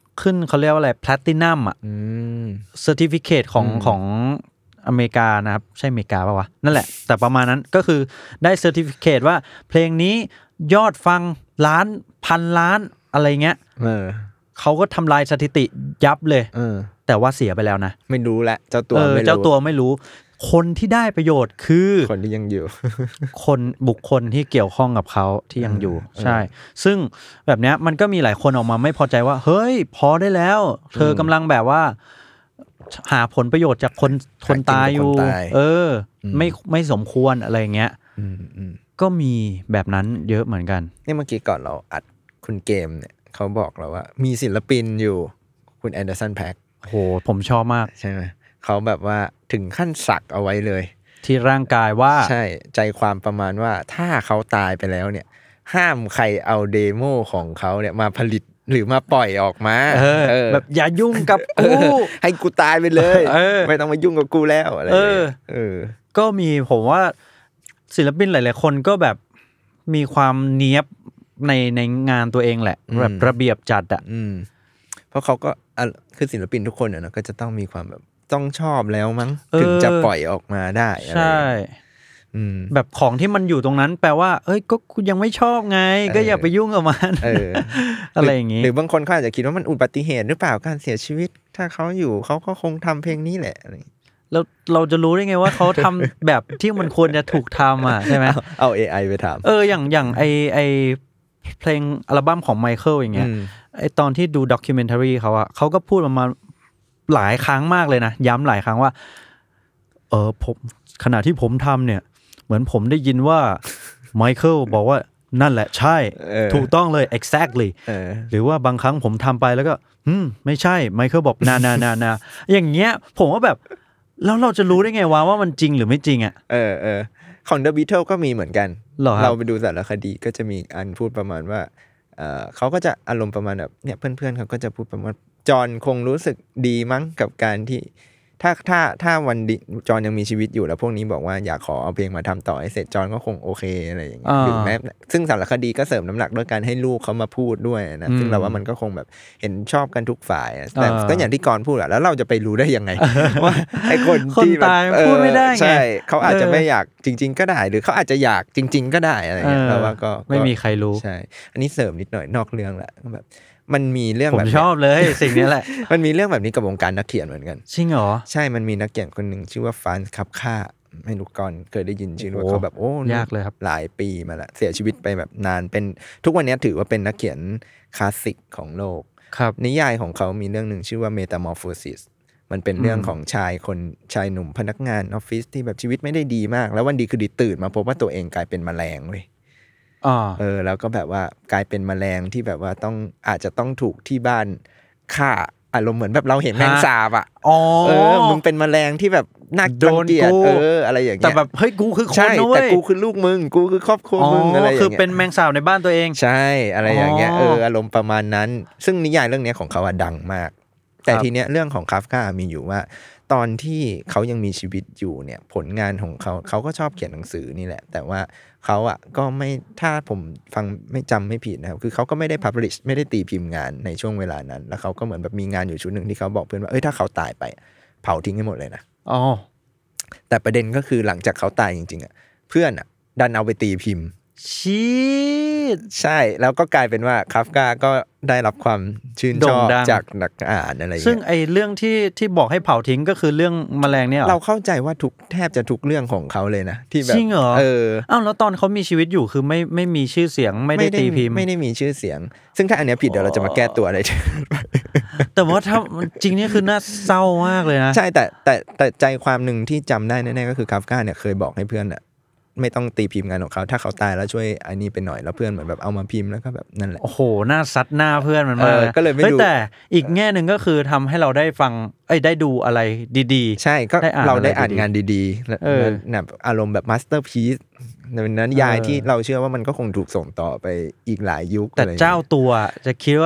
ขึ้นเขาเรียกว่าอะไรแพลตินัมอ่ะเซอร์ติฟิเคตของของอเมริกานะครับใช่อเมริกาป่าววะนั่นแหละแต่ประมาณนั้นก็คือได้เซอร์ติฟิเคตว่าเพลงนี้ยอดฟังล้านพันล้านอะไรเงี้ยเออเขาก็ทำลายสถิติยับเลยเออแต่ว่าเสียไปแล้วนะไม่รู้แหละเจ้าตัวไม่รู้เจ้าตัวไม่รู้คนที่ได้ประโยชน์คือคนที่ยังอยู่คนบุคคลที่เกี่ยวข้องกับเขาที่ยังอยู่ใช่ซึ่งแบบเนี้ยมันก็มีหลายคนออกมาไม่พอใจว่าเฮ้ยพอได้แล้วเธอกำลังแบบว่าหาผลประโยชน์จากคนคนตายอยู่เออไม่ไม่สมควรอะไรเงี้ยก็มีแบบนั้นเยอะเหมือนกันนี่เมื่อกี้ก่อนเราอัดคุณเกมเนี่ยเขาบอกเราว่ามีศิลปินอยู่คุณแอนเดอร์สันแพ็คโหผมชอบมากใช่ไหมเขาแบบว่าถึงขั้นสักเอาไว้เลยที่ร่างกายว่าใช่ใจความประมาณว่าถ้าเขาตายไปแล้วเนี่ยห้ามใครเอาเดโมของเขาเนี่ยมาผลิตหรือมาปล่อยออกมาเออเออแบบอย่ายุ่งกับกูให้กูตายไปเลยไม่ต้องมายุ่งกับกูแล้วอะไรเออเออก็มีผมว่าศิลปินหลายๆคนก็แบบมีความเนี๊ยบในในงานตัวเองแหละแบบระเบียบจัดอ่ะเพราะเขาก็คือศิลปินทุกคนอ่ะนะก็จะต้องมีความแบบต้องชอบแล้วมั้งถึงจะปล่อยออกมาได้ใช่แบบของที่มันอยู่ตรงนั้นแปลว่าเอ้ยก็คุณยังไม่ชอบไงก็อย่าไปยุ่งกับมันอะไรอย่างงี้หรือบางคนเขาอาจจะคิดว่ามันอุบัติเหตุหรือเปล่าการเสียชีวิตถ้าเขาอยู่เขาก็คงทำเพลงนี้แหละแล้วเราจะรู้ได้ไงว่าเขาทำแบบที่มันควรจะถูกทำอ่ะใช่ไหมเอา เอ ไอ ไปถามเอออย่างอย่างไอไอเพลงอัลบั้มของไมเคิลอย่างเงี้ยไอตอนที่ดูด็อกิวเมนทารีเขาอะเขาก็พูดประมาณหลายครั้งมากเลยนะย้ำหลายครั้งว่าเออผมขณะที่ผมทำเนี่ยเหมือนผมได้ยินว่าไมเคิลบอกว่านั่นแหละใช่ถูกต้องเลย exactly หรือว่าบางครั้งผมทำไปแล้วก็อืมไม่ใช่ไมเคิลบอกนานานานาอย่างเงี้ยผมว่าแบบแล้วเราจะรู้ได้ไงวะว่ามันจริงหรือไม่จริงอ่ะเออเออของ The Beatles ก็มีเหมือนกันเราไปดูสารคดีก็จะมีอันพูดประมาณว่าเออเขาก็จะอารมณ์ประมาณแบบเนี่ยเพื่อนๆเขาก็จะพูดประมาณจอห์นคงรู้สึกดีมั้งกับการที่ถ้าถ้าถ้าวันจอห์นยังมีชีวิตอยู่แล้วพวกนี้บอกว่าอยากขอเอาเพลงมาทำต่อให้เสร็จจอห์นก็คงโอเคอะไรอย่างเงี้ยหรือแม้ซึ่งสารคดีก็เสริมน้ำหนักด้วยการให้ลูกเขามาพูดด้วยนะซึ่งเราว่ามันก็คงแบบเห็นชอบกันทุกฝ่ายแต่ก็อย่างที่กรพูดอะแล้วเราจะไปรู้ได้ยังไงว่าไอ้คนที่แบบพูดไม่ได้ไงใช่เขาอาจจะไม่อยากจริงๆก็ได้หรือเขาอาจจะอยากจริงๆก็ได้อะไรเงี้ยเราว่าก็ไม่มีใครรู้ใช่อันนี้เสริมนิดหน่อยนอกเรื่องแหละแบบมันมีเรื่องแบบผมชอบเลยสิ่งนี้แหละมันมีเรื่องแบบนี้กับวงการนักเขียนเหมือนกันจริงเหรอใช่มันมีนักเขียนคนหนึ่งชื่อว่าฟรานซ์คัฟคาไม่รู้ก่อนเคยได้ยินชื่อว่าเขาแบบโอ้ยากเลยครับหลายปีมาละเสียชีวิตไปแบบนานเป็นทุกวันนี้ถือว่าเป็นนักเขียนคลาสสิกของโลกครับนิยายของเขามีเรื่องหนึ่งชื่อว่า Metamorphosis มันเป็นเรื่องของชายคนชายหนุ่มพนักงานออฟฟิศที่แบบชีวิตไม่ได้ดีมากแล้ววันดีคือดีตื่นมาพบว่าตัวเองกลายเป็นแมลงเว้ยเออแล้วก็แบบว่ากลายเป็นแมลงที่แบบว่าต้องอาจจะต้องถูกที่บ้านฆ่าอารมณ์เหมือนแบบเราเห็นแมงสาบอ่ะเออมึงเป็นแมลงที่แบบน่าเกลียดเอออะไรอย่างเงี้ยแต่แบบเฮ้ยกูคือคนนะเว้ยแต่กูคือลูกมึงกูคือครอบครัวมึงอะไรอย่างเงี้ยคือเป็นแมงสาบในบ้านตัวเองใช่อะไรอย่างเงี้ยเอออารมณ์ประมาณนั้นซึ่งนิยายเรื่องนี้ของเขาอะดังมากแต่ทีเนี้ยเรื่องของคาฟกามีอยู่ว่าตอนที่เขายังมีชีวิตอยู่เนี่ยผลงานของเขาเขาก็ชอบเขียนหนังสือนี่แหละแต่ว่าเขาอ่ะก็ไม่ถ้าผมฟังไม่จำไม่ผิดนะครับคือเขาก็ไม่ได้ publish ไม่ได้ตีพิมพ์งานในช่วงเวลานั้นแล้วเขาก็เหมือนแบบมีงานอยู่ชุดหนึ่งที่เขาบอกเพื่อนว่าเอ้ยถ้าเขาตายไปเผาทิ้งให้หมดเลยนะอ๋อแต่ประเด็นก็คือหลังจากเขาตายจริงๆอ่ะเพื่อนอ่ะดันเอาไปตีพิมพ์ชีดใช่แล้วก็กลายเป็นว่าคาฟกาก็ได้รับความชื่นชอบจากนักอ่านอะไรอย่างเงี้ยซึ่งไอ้เรื่องที่ที่บอกให้เผาทิ้งก็คือเรื่องแมลงเนี่ยเราเข้าใจว่าทุกแทบจะทุกเรื่องของเขาเลยนะที่แบบจริงเหรอเอออ้าวแล้วตอนเขามีชีวิตอยู่คือไม่ไม่มีชื่อเสียงไม่ได้ตีพิมพ์ไม่ได้มีชื่อเสียงซึ่งถ้าอันเนี้ยผิดเดี๋ยวเราจะมาแก้ตัวอะไรแต่ว่าถ้าจริงนี่คือน่าเศร้ามากเลยนะใช่แต่แต่แต่ใจความหนึ่งที่จำได้แน่ๆก็คือคาฟกาเนี่ยเคยบอกให้เพื่อนอะไม่ต้องตีพิมพ์งานของเขาถ้าเขาตายแล้วช่วยอันนี้ไปหน่อยแล้วเพื่อนเหมือนแบบเอามาพิมพ์แล้วก็แบบนั่นแหละโอ้โหหน้าซัดหน้าเพื่อนมันมากเลยก็เลยไม่ดูแต่อีกแง่นึงก็คือทำให้เราได้ฟังเอ้ยได้ดูอะไรดีๆใช่ก็เราได้อ่านงานดีๆแบบอารมณ์แบบมาสเตอร์พีซในนั้นยายที่เราเชื่อว่ามันก็คงถูกส่งต่อไปอีกหลายยุคแต่เจ้าตัวจะคิดว่า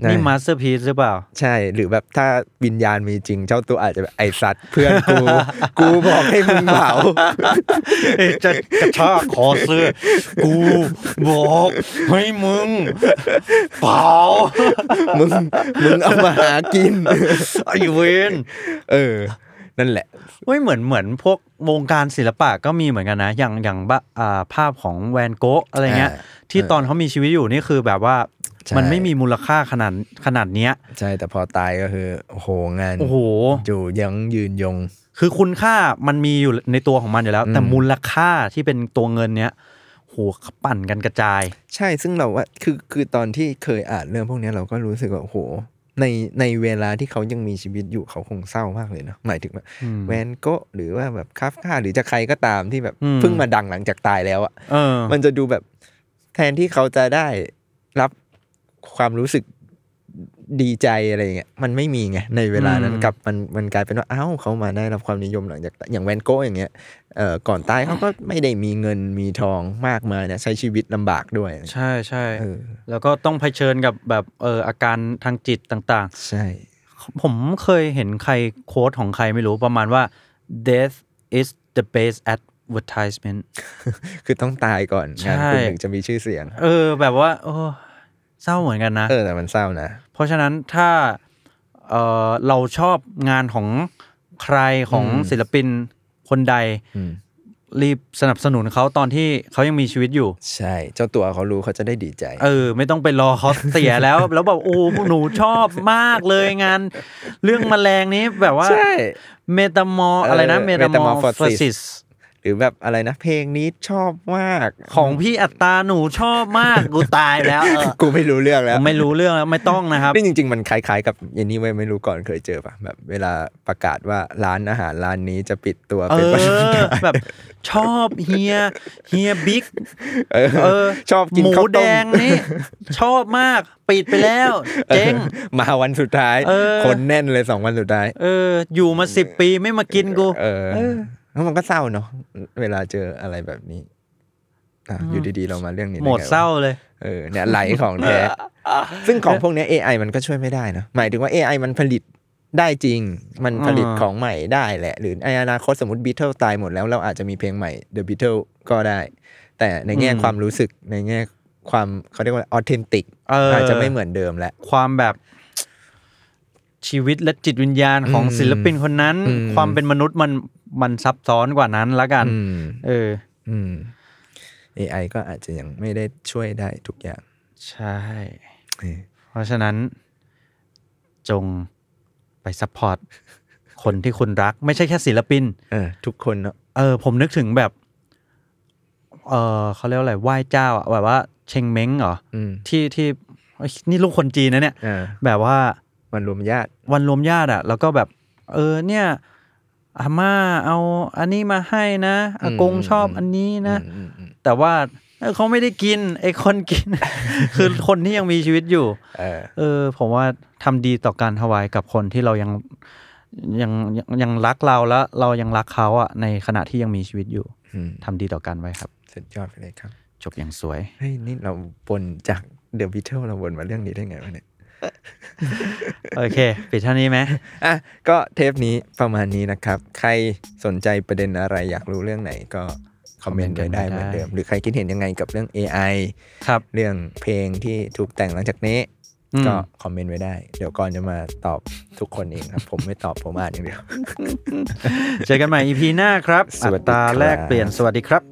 นี่มาสเตอร์พีซหรือเปล่าใช่หรือแบบถ้าวิญญาณมีจริงเจ้าตัวอาจจะแบบไอสัตว์เพื่อนกูกูบอกให้มึงเผาจะกระชากคอเสื้อกูบอกให้มึงเผามึงมึงเอามาหากินไอ้เวนเออนั่นแหละเฮ้ยเหมือนเหมือนพวกวงการศิลปะก็มีเหมือนกันนะอย่างอย่างอ่าภาพของแวนโก๊ะอะไรเงี้ยที่ตอนเขามีชีวิตอยู่นี่คือแบบว่ามันไม่มีมูลค่าขนาดขนาดเนี้ยใช่แต่พอตายก็คือโอ้โหงานโอ้โหอยู่ยังยืนยงคือคุณค่ามันมีอยู่ในตัวของมันอยู่แล้วแต่มูลค่าที่เป็นตัวเงินเนี้ยโหปั่นกันกระจายใช่ซึ่งเราว่าคือคือตอนที่เคยอ่านเรื่องพวกนี้เราก็รู้สึกว่าโอ้โหในในเวลาที่เขายังมีชีวิตอยู่เขาคงเศร้ามากเลยเนาะหมายถึงแบบแวนโก๊ะหรือว่าแบบคาฟคาหรือจะใครก็ตามที่แบบเพิ่งมาดังหลังจากตายแล้วอ่ะมันจะดูแบบแทนที่เขาจะได้รับความรู้สึกดีใจอะไรเงี้ยมันไม่มีไงในเวลานั้นกับมันมันกลายเป็นว่าอ้าวเขามาได้รับความนิยมหลังจากอย่างแวนโก๊ะอย่างเงี้ยเอ่อก่อนตายเขาก็ไม่ได้มีเงินมีทองมากมายนะใช้ชีวิตลำบากด้วยใช่ใช่แล้วก็ต้องเผชิญกับแบบเอออาการทางจิตต่างๆใช่ผมเคยเห็นใครโค้ดของใครไม่รู้ประมาณว่า death is the best advertisement คือต้องตายก่อนงานคุณถึงจะมีชื่อเสียงเออแบบว่าโอ้เศร้าเหมือนกันนะเออแต่มันเศร้านะเพราะฉะนั้นถ้าเออเราชอบงานของใครของศิลปินคนใดรีบสนับสนุนเขาตอนที่เขายังมีชีวิตอยู่ใช่เจ้าตัวเขารู้เขาจะได้ดีใจเออไม่ต้องไปรอเขาเสียแล้วแล้วแบบโอ้หนูชอบมากเลยงานเรื่องแมลงนี้แบบว่าเมตามอร์อะไรนะเมตามอร์ฟอซิสหรือแบบอะไรนะเพลงนี้ชอบมากของพี่อัตตาหนูชอบมากกูตายแล้วเออกูไม่รู้เรื่องแล้วไม่รู้เรื่องแล้วไม่ต้องนะครับนี่จริงๆมันคล้ายๆกับอย่างนี้ไว้ไม่รู้ก่อนเคยเจอป่ะแบบเวลาประกาศว่าร้านอาหารร้านนี้จะปิดตัวเป็นวันสุดท้ายแบบชอบเฮียเฮียบิ๊กเออชอบกินข้าวต้มหมูแดงนี่ชอบมากปิดไปแล้วเจ๊งมาวันสุดท้ายคนแน่นเลยสองวันสุดท้ายเอออยู่มาสิบปีไม่มากินกูเออแล้วมันก็เศร้าเนาะเวลาเจออะไรแบบนี้อ่ะอยู่ดีๆเรามาเรื่องนี้หมดเศร้าเลยเออเนี่ยไหลของแท้ซึ่งของพวกนี้ เอ ไอ มันก็ช่วยไม่ได้นะหมายถึงว่า เอ ไอ มันผลิตได้จริงมันผลิตของใหม่ได้แหละหรือในอนาคตสมมติ Beatles ตายหมดแล้วเราอาจจะมีเพลงใหม่ The Beatles ก็ได้แต่ในแง่ความรู้สึกในแง่ความเขาเรียกว่า authentic อาจจะไม่เหมือนเดิมแล้วความแบบชีวิตและจิตวิญญาณของศิลปินคนนั้นความเป็นมนุษย์มันมันซับซ้อนกว่านั้นละกันเอออืม เอ ไอ ก็อาจจะยังไม่ได้ช่วยได้ทุกอย่างใช่เพราะฉะนั้นจงไปซัพพอร์ตคนที่คุณรักไม่ใช่แค่ศิลปินเออทุกคนเนาะเออผมนึกถึงแบบเออเขาเรียกว่าอะไรไหว้เจ้าอ่ะแบบว่าเชงเม้งเหรอที่ที่นี่ลูกคนจีนนะเนี่ยแบบว่าวันรวมญาติวันรวมญาติอ่ะแล้วก็แบบเออเนี่ยอาม่าเอาอันนี้มาให้นะอากงชอบอันนี้นะแต่ว่าเขาไม่ได้กินไอ้คนกิน คือคนที่ยังมีชีวิตอยู่เออผมว่าทำดีต่อการถวายกับคนที่เรายังยังยังรักเราแล้วเรายังรักเขาอ่ะในขณะที่ยังมีชีวิตอยู่ทำดีต่อกันไว้ครับสุดยอดไปเลยครับจบอย่างสวยเฮ้ยนี่เราบนจากเดอะบีเทิลเราบนมาเรื่องนี้ได้ไงวะเนี่ยโอเคปิดเท่านี้ไหมอ่ะก็เทปนี้ประมาณนี้นะครับใครสนใจประเด็นอะไรอยากรู้เรื่องไหนก็คอมเมนต์ไว้ได้เหมือนเดิมหรือใครคิดเห็นยังไงกับเรื่อง เอ ไอครับเรื่องเพลงที่ถูกแต่งหลังจากนี้ก็คอมเมนต์ไว้ได้เดี๋ยวก่อนจะมาตอบทุกคนเองครับผมไม่ตอบผมอ่านอย่างเดียวเจอกันใหม่ อี พี หน้าครับอัตราแลกเปลี่ยนสวัสดีครับ